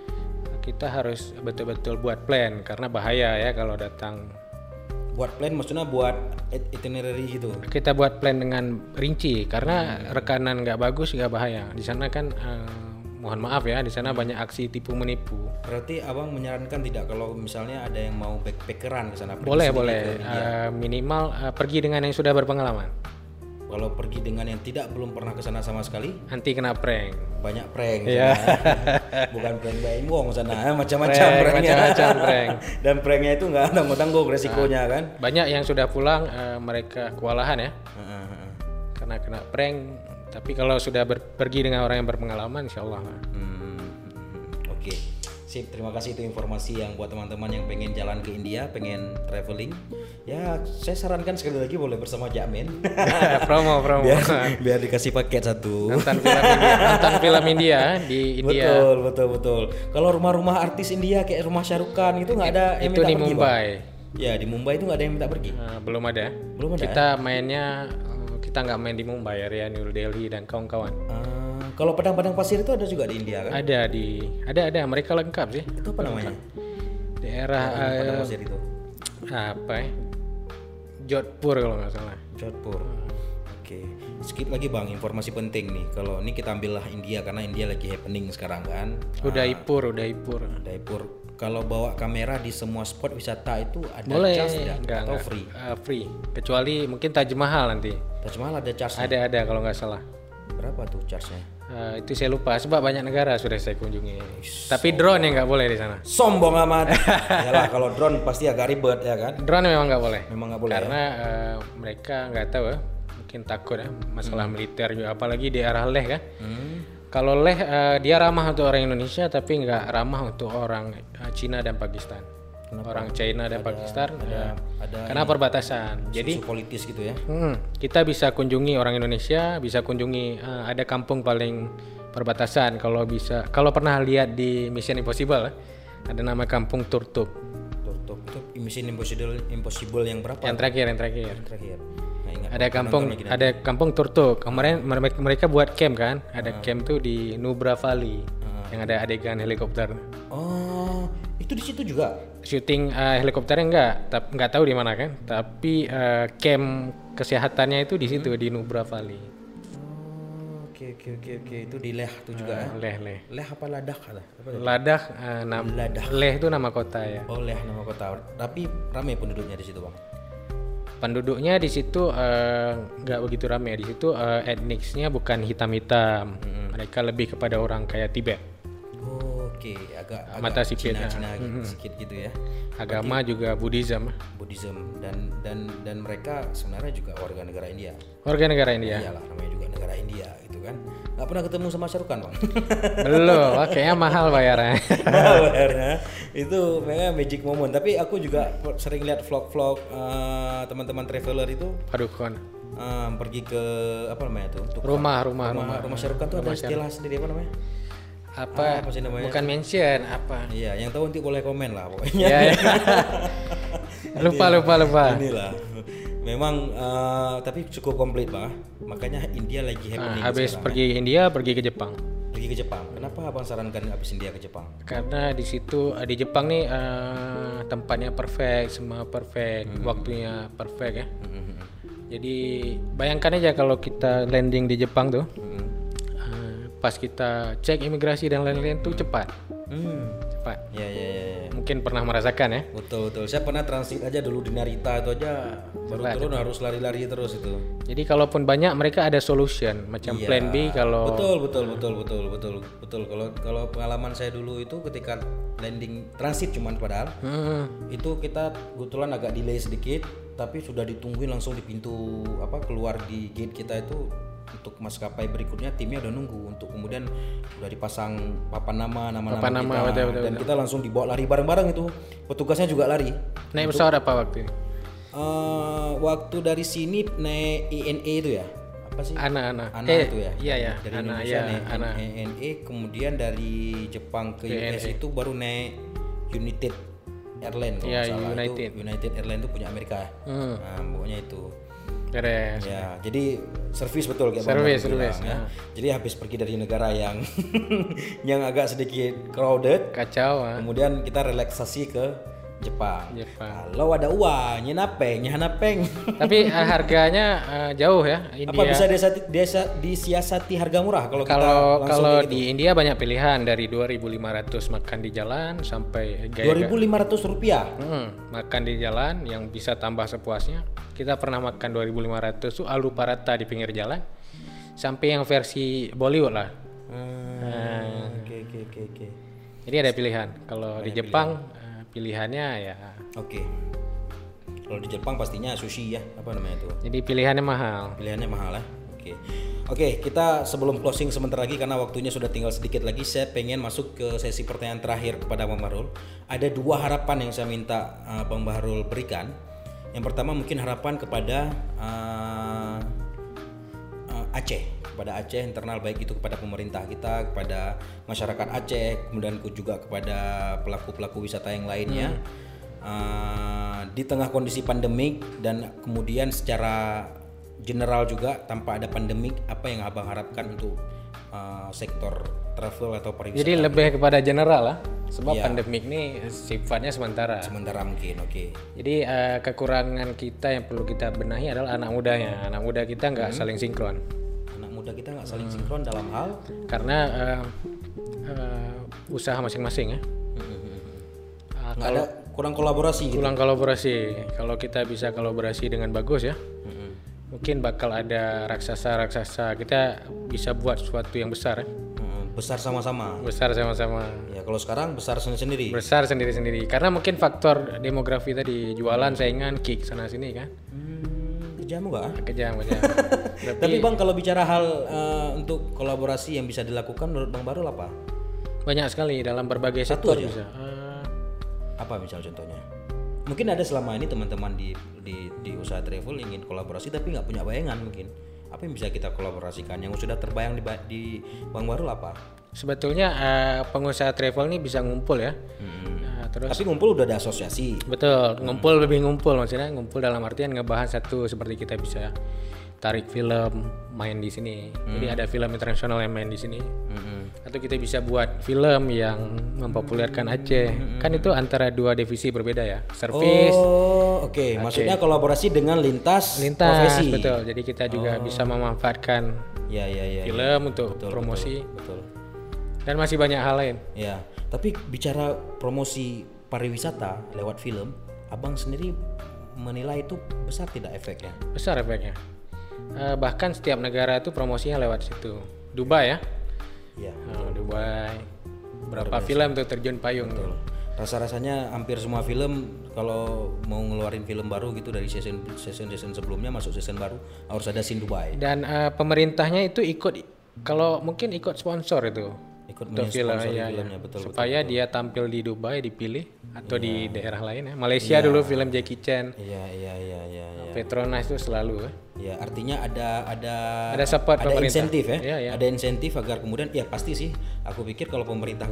kita harus betul-betul buat plan karena bahaya ya kalau datang. Buat plan maksudnya buat itinerary gitu? Kita buat plan dengan rinci karena rekanan nggak bagus nggak bahaya. Di sana kan mohon maaf ya, di sana banyak aksi tipu menipu. Berarti abang menyarankan tidak kalau misalnya ada yang mau backpackeran ke sana? Boleh. Minimal pergi dengan yang sudah berpengalaman. Kalau pergi dengan yang belum pernah ke sana sama sekali, nanti kena prank. Banyak prank. Bukan prank Baim Wong sana, macam-macam prank. Dan pranknya itu nggak tanggung resikonya kan. Banyak yang sudah pulang mereka kewalahan ya. Karena kena prank. Tapi kalau sudah pergi dengan orang yang berpengalaman, insyaallah. Oke. Sip, terima kasih itu informasi yang buat teman-teman yang pengen jalan ke India, pengen traveling. Ya, saya sarankan sekali lagi boleh bersama Jakmen. promo. Biar dikasih paket satu. Nonton film India di India. Betul. Kalau rumah-rumah artis India kayak rumah Shah Rukh Khan itu nggak ada yang minta pergi. Itu di Mumbai. Ya, di Mumbai itu nggak ada yang minta pergi. Belum ada. Kita mainnya kita nggak main di Mumbai, area New Delhi dan kawan-kawan. Kalau padang-padang pasir itu ada juga di India kan? Ada mereka lengkap sih. Itu apa namanya? Daerah padang pasir itu. Apa ya? Jodhpur kalau nggak salah. Jodhpur. Oke. Sedikit lagi Bang, informasi penting nih. Kalau ini kita ambillah India karena India lagi happening sekarang kan. Udaipur. Kalau bawa kamera di semua spot wisata itu ada charge atau free? Free. Kecuali mungkin Taj Mahal nanti. Taj Mahal ada charge? Ada kalau nggak salah. Berapa tuh charge-nya? Itu saya lupa sebab banyak negara sudah saya kunjungi. Tapi drone yang nggak boleh di sana. Sombong amat. Yalah kalau drone pasti agak ribet ya kan. Drone memang nggak boleh. Karena mereka nggak tahu ya. Mungkin takut ya masalah militer juga. Apalagi di arah Leh kan. Kalau Leh dia ramah untuk orang Indonesia tapi nggak ramah untuk orang Cina dan Pakistan. Kenapa? Orang China dan Pakistan ada karena perbatasan. Jadi politis gitu ya. Kita bisa kunjungi orang Indonesia, bisa kunjungi ada kampung paling perbatasan kalau pernah lihat di Mission Impossible ada nama kampung Turtup. Itu Mission Impossible yang berapa? Yang terakhir. Nggak ingat. Ada kampung Turtuk. Kemarin mereka buat camp kan. Ada camp tuh di Nubra Valley yang ada adegan helikopter. Oh, itu di situ juga. Syuting helikopternya enggak tahu di mana kan. Tapi camp kesehatannya itu di situ di Nubra Valley. Oh, oke. Itu di Leh tuh juga. Leh. Leh apa Ladak ada? Ladah, Leh itu nama kota ya. Oh, Leh nama kota. Tapi ramai penduduknya di situ, Bang. Penduduknya di situ nggak begitu ramai. Di situ etnisnya bukan hitam-hitam. Mereka lebih kepada orang kayak Tibet. Oh, oke, agak Mata sipit, Cina sedikit gitu ya. Agama juga Buddhism dan mereka sebenarnya juga warga negara India. Warga negara India. Iyalah, namanya juga negara India gitu kan. Nggak pernah ketemu sama Shah Rukh Khan, Bang. Belum, kayaknya mahal bayarnya. Bayarnya itu memang magic moment. Tapi aku juga sering lihat vlog-vlog teman-teman traveler itu. Aduh kon. Pergi ke apa namanya tuh? Untuk Rumah Shah Rukh Khan tuh ada istilah sendiri apa namanya? Apa sih namanya? Bukan mention apa? Iya, yang tahu nanti boleh komen lah pokoknya. Iya. lupa. Inilah. Memang tapi cukup komplit, Bang. Makanya India lagi happening. Habis pergi ke India, pergi ke Jepang. Pergi ke Jepang. Kenapa Abang sarankan habis India ke Jepang? Karena di situ di Jepang nih tempatnya perfect, semua perfect, waktunya perfect ya. Jadi bayangkan aja kalau kita landing di Jepang tuh. Pas kita cek imigrasi dan lain-lain tuh cepat. Cepat. Ya. Mungkin pernah merasakan ya. Betul. Saya pernah transit aja dulu di Narita itu aja baru turun harus lari-lari terus itu. Jadi kalaupun banyak mereka ada solution macam plan B kalau. Betul. Kalau pengalaman saya dulu itu ketika landing transit cuman padahal itu kita kebetulan agak delay sedikit tapi sudah ditungguin langsung di pintu keluar di gate kita itu. Untuk maskapai berikutnya timnya udah nunggu untuk kemudian udah dipasang papan nama kita betul. Dan kita langsung dibawa lari bareng-bareng itu petugasnya juga lari. Naik pesawat apa waktu? Waktu dari sini naik INE itu ya apa sih? Ana itu ya. Iya. Dari Ana, Indonesia Ana. naik INE kemudian dari Jepang ke US itu baru naik United Airlines kalau nggak salah. United. Itu United Airlines itu punya Amerika. Nah, pokoknya itu. Beres. Ya, jadi servis betul kayak Service ya. Jadi habis pergi dari negara yang yang agak sedikit crowded, kacau. Kemudian kita relaksasi ke Jepang. Kalau ada uang, nyenapeng. Tapi harganya jauh ya. India. Apa bisa disiasati harga murah kalau kita langsung kalau gitu? di India banyak pilihan dari 2.500 makan di jalan sampai 2.500 rupiah. Makan di jalan yang bisa tambah sepuasnya. Kita pernah makan 2.500 tuh aloo paratha di pinggir jalan sampai yang versi Bollywood lah. Oke. Jadi ada pilihan. Kalau di Jepang pilihannya ya. Oke. Kalau di Jepang pastinya sushi ya, apa namanya itu? Jadi pilihannya mahal Ya. Oke, kita sebelum closing sebentar lagi karena waktunya sudah tinggal sedikit lagi, saya pengen masuk ke sesi pertanyaan terakhir kepada Bang Bahrul. Ada 2 harapan yang saya minta Bang Bahrul berikan. Yang pertama mungkin harapan kepada Aceh, kepada Aceh internal, baik itu kepada pemerintah kita, kepada masyarakat Aceh, kemudian juga kepada pelaku-pelaku wisata yang lainnya. Di tengah kondisi pandemik dan kemudian secara general juga tanpa ada pandemik, apa yang Abang harapkan untuk sektor travel atau pariwisata? Jadi lebih kepada general lah, sebab pandemik ini sifatnya sementara mungkin. Oke. Jadi kekurangan kita yang perlu kita benahi adalah anak mudanya. Anak muda kita nggak saling sinkron. Dalam hal karena usaha masing-masing ya. Kalau kurang kolaborasi gitu. Kalau kita bisa kolaborasi dengan bagus ya, mungkin bakal ada raksasa. Kita bisa buat sesuatu yang besar ya. Besar sama-sama. Ya kalau sekarang besar sendiri-sendiri. Karena mungkin faktor demografi tadi, jualan, saingan, kick sana sini kan. Kejam enggak? Kejam. Tapi Bang, kalau bicara hal untuk kolaborasi yang bisa dilakukan menurut Bang Bahrul apa? Banyak sekali dalam berbagai sektor bisa. Apa misal contohnya? Mungkin ada selama ini teman-teman di usaha travel ingin kolaborasi tapi nggak punya bayangan mungkin. Apa yang bisa kita kolaborasikan? Yang sudah terbayang di Bang Bahrul apa? Sebetulnya pengusaha travel ini bisa ngumpul ya. Terus Tapi ngumpul udah ada asosiasi. betul, lebih ngumpul maksudnya ngumpul dalam artian ngebahas satu seperti kita bisa tarik film main di sini. Jadi ada film internasional yang main di sini. Atau kita bisa buat film yang mempopulerkan Aceh. Kan itu antara dua divisi berbeda ya. Service, Oh, oke. Maksudnya kolaborasi dengan lintas profesi. betul. Jadi kita juga bisa memanfaatkan Ya. film untuk promosi Betul. dan masih banyak hal lain. Ya. Tapi bicara promosi pariwisata lewat film, Abang sendiri menilai itu besar tidak efeknya? Besar efeknya. Bahkan setiap negara itu promosinya lewat situ. Dubai ya. Iya. Dubai. Berapa film tuh terjun payung tuh. Rasa-rasanya hampir semua film kalau mau ngeluarin film baru gitu dari season sebelumnya masuk season baru harus ada scene Dubai. Dan pemerintahnya itu ikut, kalau mungkin ikut sponsor itu. Ikut Untuk film mensponsori ya, filmnya, betul. supaya dia tampil di Dubai dipilih atau di daerah lain ya. Malaysia dulu film Jackie Chan, Iya. Petronas itu selalu. Ya, artinya ada support ada pemerintah. insentif ya. Iya. Ada insentif agar kemudian ya pasti sih aku pikir kalau pemerintah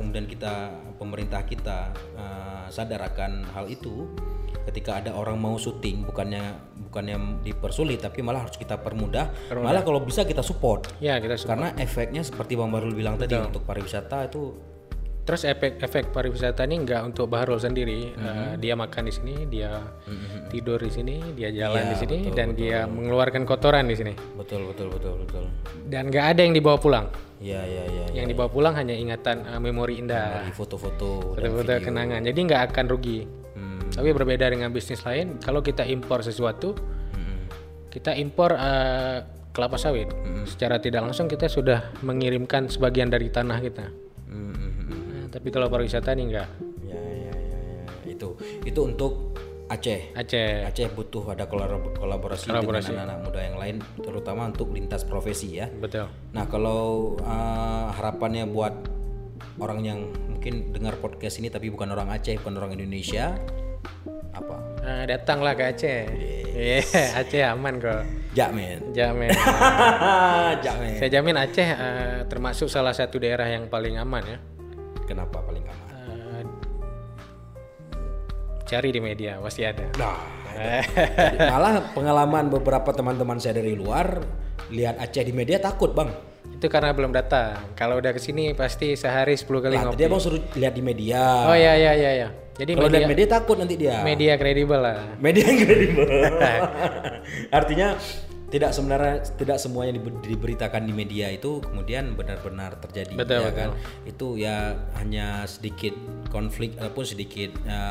kita sadar akan hal itu, ketika ada orang mau syuting bukannya dipersulit tapi malah harus kita permudah. Malah kalau bisa kita support. Ya kita support. Karena efeknya seperti Bang Bahrul bilang tadi untuk pariwisata itu. Terus efek pariwisata ini nggak untuk Bahrul sendiri. Dia makan di sini, dia tidur di sini, dia jalan di sini, dan dia mengeluarkan kotoran di sini. Betul. Dan nggak ada yang dibawa pulang. Iya. Yang dibawa pulang hanya ingatan memori indah, Dari foto-foto foto-foto kenangan. Jadi nggak akan rugi. Tapi berbeda dengan bisnis lain, kalau kita impor sesuatu, kita impor kelapa sawit. Secara tidak langsung kita sudah mengirimkan sebagian dari tanah kita. Tapi kalau pariwisata ini enggak. Ya. Itu untuk Aceh butuh ada kolaborasi dengan anak-anak muda yang lain, terutama untuk lintas profesi ya. Betul. Nah kalau harapannya buat orang yang mungkin dengar podcast ini tapi bukan orang Aceh, bukan orang Indonesia, apa? Datanglah ke Aceh. Aceh aman kok. Jamin. Jamin. Saya jamin Aceh termasuk salah satu daerah yang paling aman ya. Kenapa paling aman? Cari di media pasti ada. Nah, malah pengalaman beberapa teman-teman saya dari luar lihat Aceh di media takut bang. Itu karena belum datang. Kalau udah kesini pasti sehari 10 kali ngopi. Tadi abang suruh lihat di media. Oh iya. Jadi kalau lihat media takut nanti dia. Media kredibel lah. Media yang kredibel. Artinya tidak semuanya diberitakan di media itu kemudian benar-benar terjadi. Betul. Kan? Itu ya hanya sedikit konflik ataupun sedikit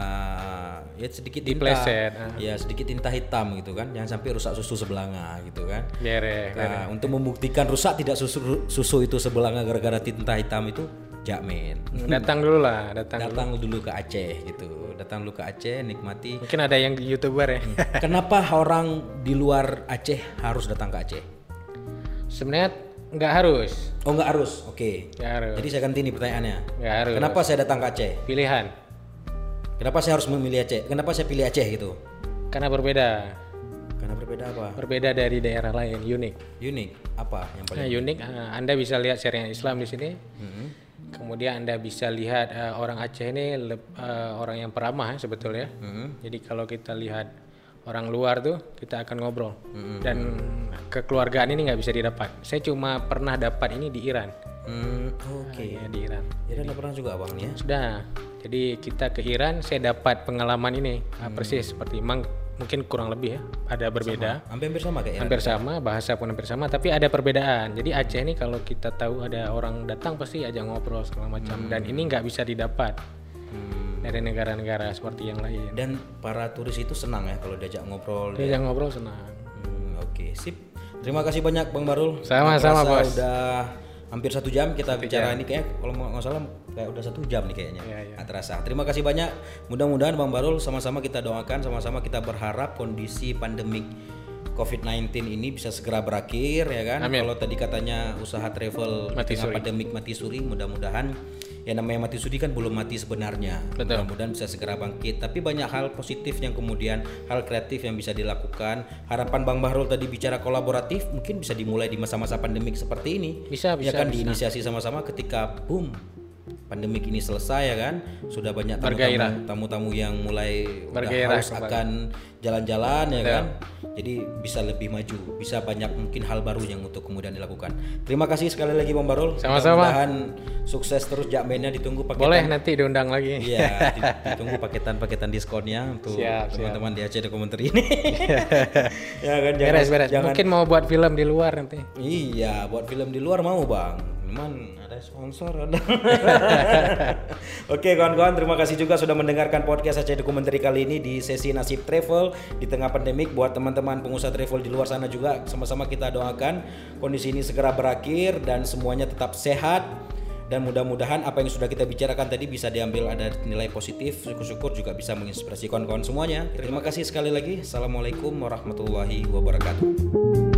sedikit tinta, ya sedikit tinta hitam gitu kan, jangan sampai rusak susu sebelanga gitu kan. Nah, untuk membuktikan rusak tidak susu itu sebelanga gara-gara tinta hitam itu, jamin. Datang dulu ke Aceh gitu. Datang dulu ke Aceh, nikmati. Mungkin ada yang YouTuber ya. Kenapa orang di luar Aceh harus datang ke Aceh? Sebenarnya nggak harus. Oh nggak harus, oke. Nggak harus. Jadi saya ganti nih pertanyaannya. Nggak harus. Kenapa saya datang ke Aceh? Pilihan. Kenapa saya harus memilih Aceh? Kenapa saya pilih Aceh gitu? Karena berbeda. Karena berbeda apa? Berbeda dari daerah lain, unik. Unik apa yang paling? Unik. Anda bisa lihat syariat Islam di sini. Kemudian Anda bisa lihat orang Aceh ini orang yang peramah sebetulnya. Jadi kalau kita lihat orang luar tuh kita akan ngobrol. Dan kekeluargaan ini nggak bisa didapat. Saya cuma pernah dapat ini di Iran. Oke. Ya, di Iran. Iran pernah juga abang ya? Sudah. Jadi kita ke Iran, saya dapat pengalaman ini persis seperti mungkin kurang lebih ya, ada berbeda. Hampir sama kayak Iran. Hampir sama, bahasa pun hampir sama, tapi ada perbedaan. Jadi Aceh ini kalau kita tahu ada orang datang pasti ajak ngobrol segala macam, dan ini nggak bisa didapat dari negara-negara seperti yang lain. Dan para turis itu senang ya kalau diajak ngobrol. Diajak ngobrol senang. Oke, sip. Terima kasih banyak Bang Bahrul. Sama-sama bos. Udah hampir 1 jam kita bicara ini kayak kalau nggak salah kayak udah 1 jam nih kayaknya. Iya. Terasa. Terima kasih banyak. Mudah-mudahan Bang Bahrul sama-sama kita doakan, sama-sama kita berharap kondisi pandemik COVID-19 ini bisa segera berakhir ya kan. Amin. Kalau tadi katanya usaha travel Mati tengah suri. pandemik mati suri, mudah-mudahan ya namanya mati suri kan belum mati sebenarnya. Betul. Mudah-mudahan bisa segera bangkit. Tapi banyak hal positif yang kemudian hal kreatif yang bisa dilakukan. Harapan Bang Bahrul tadi bicara kolaboratif mungkin bisa dimulai di masa-masa pandemik seperti ini. Bisa. Ya kan diinisiasi sama-sama ketika boom pandemik ini selesai ya kan, sudah banyak tamu-tamu yang mulai udah haus akan jalan-jalan ya kan, jadi bisa lebih maju, bisa banyak mungkin hal baru yang untuk kemudian dilakukan. Terima kasih sekali lagi Bang Barul. Sama-sama. Mudah-mudahan sukses terus Jakmennya, ditunggu paketan. Boleh nanti diundang lagi. Iya, ditunggu paketan diskonnya untuk teman-teman di Aceh Documentary ini. Ya kan, beres. Mungkin mau buat film di luar nanti. Iya, buat film di luar mau Bang. Cuman ada sponsor ada. Oke kawan-kawan, terima kasih juga sudah mendengarkan podcast Aceh Documentary kali ini di sesi Nasib Travel di tengah pandemik. Buat teman-teman pengusaha travel di luar sana juga, sama-sama kita doakan kondisi ini segera berakhir dan semuanya tetap sehat. Dan mudah-mudahan apa yang sudah kita bicarakan tadi bisa diambil ada nilai positif, syukur-syukur juga bisa menginspirasi kawan-kawan semuanya. Terima kasih sekali lagi. Assalamualaikum warahmatullahi wabarakatuh.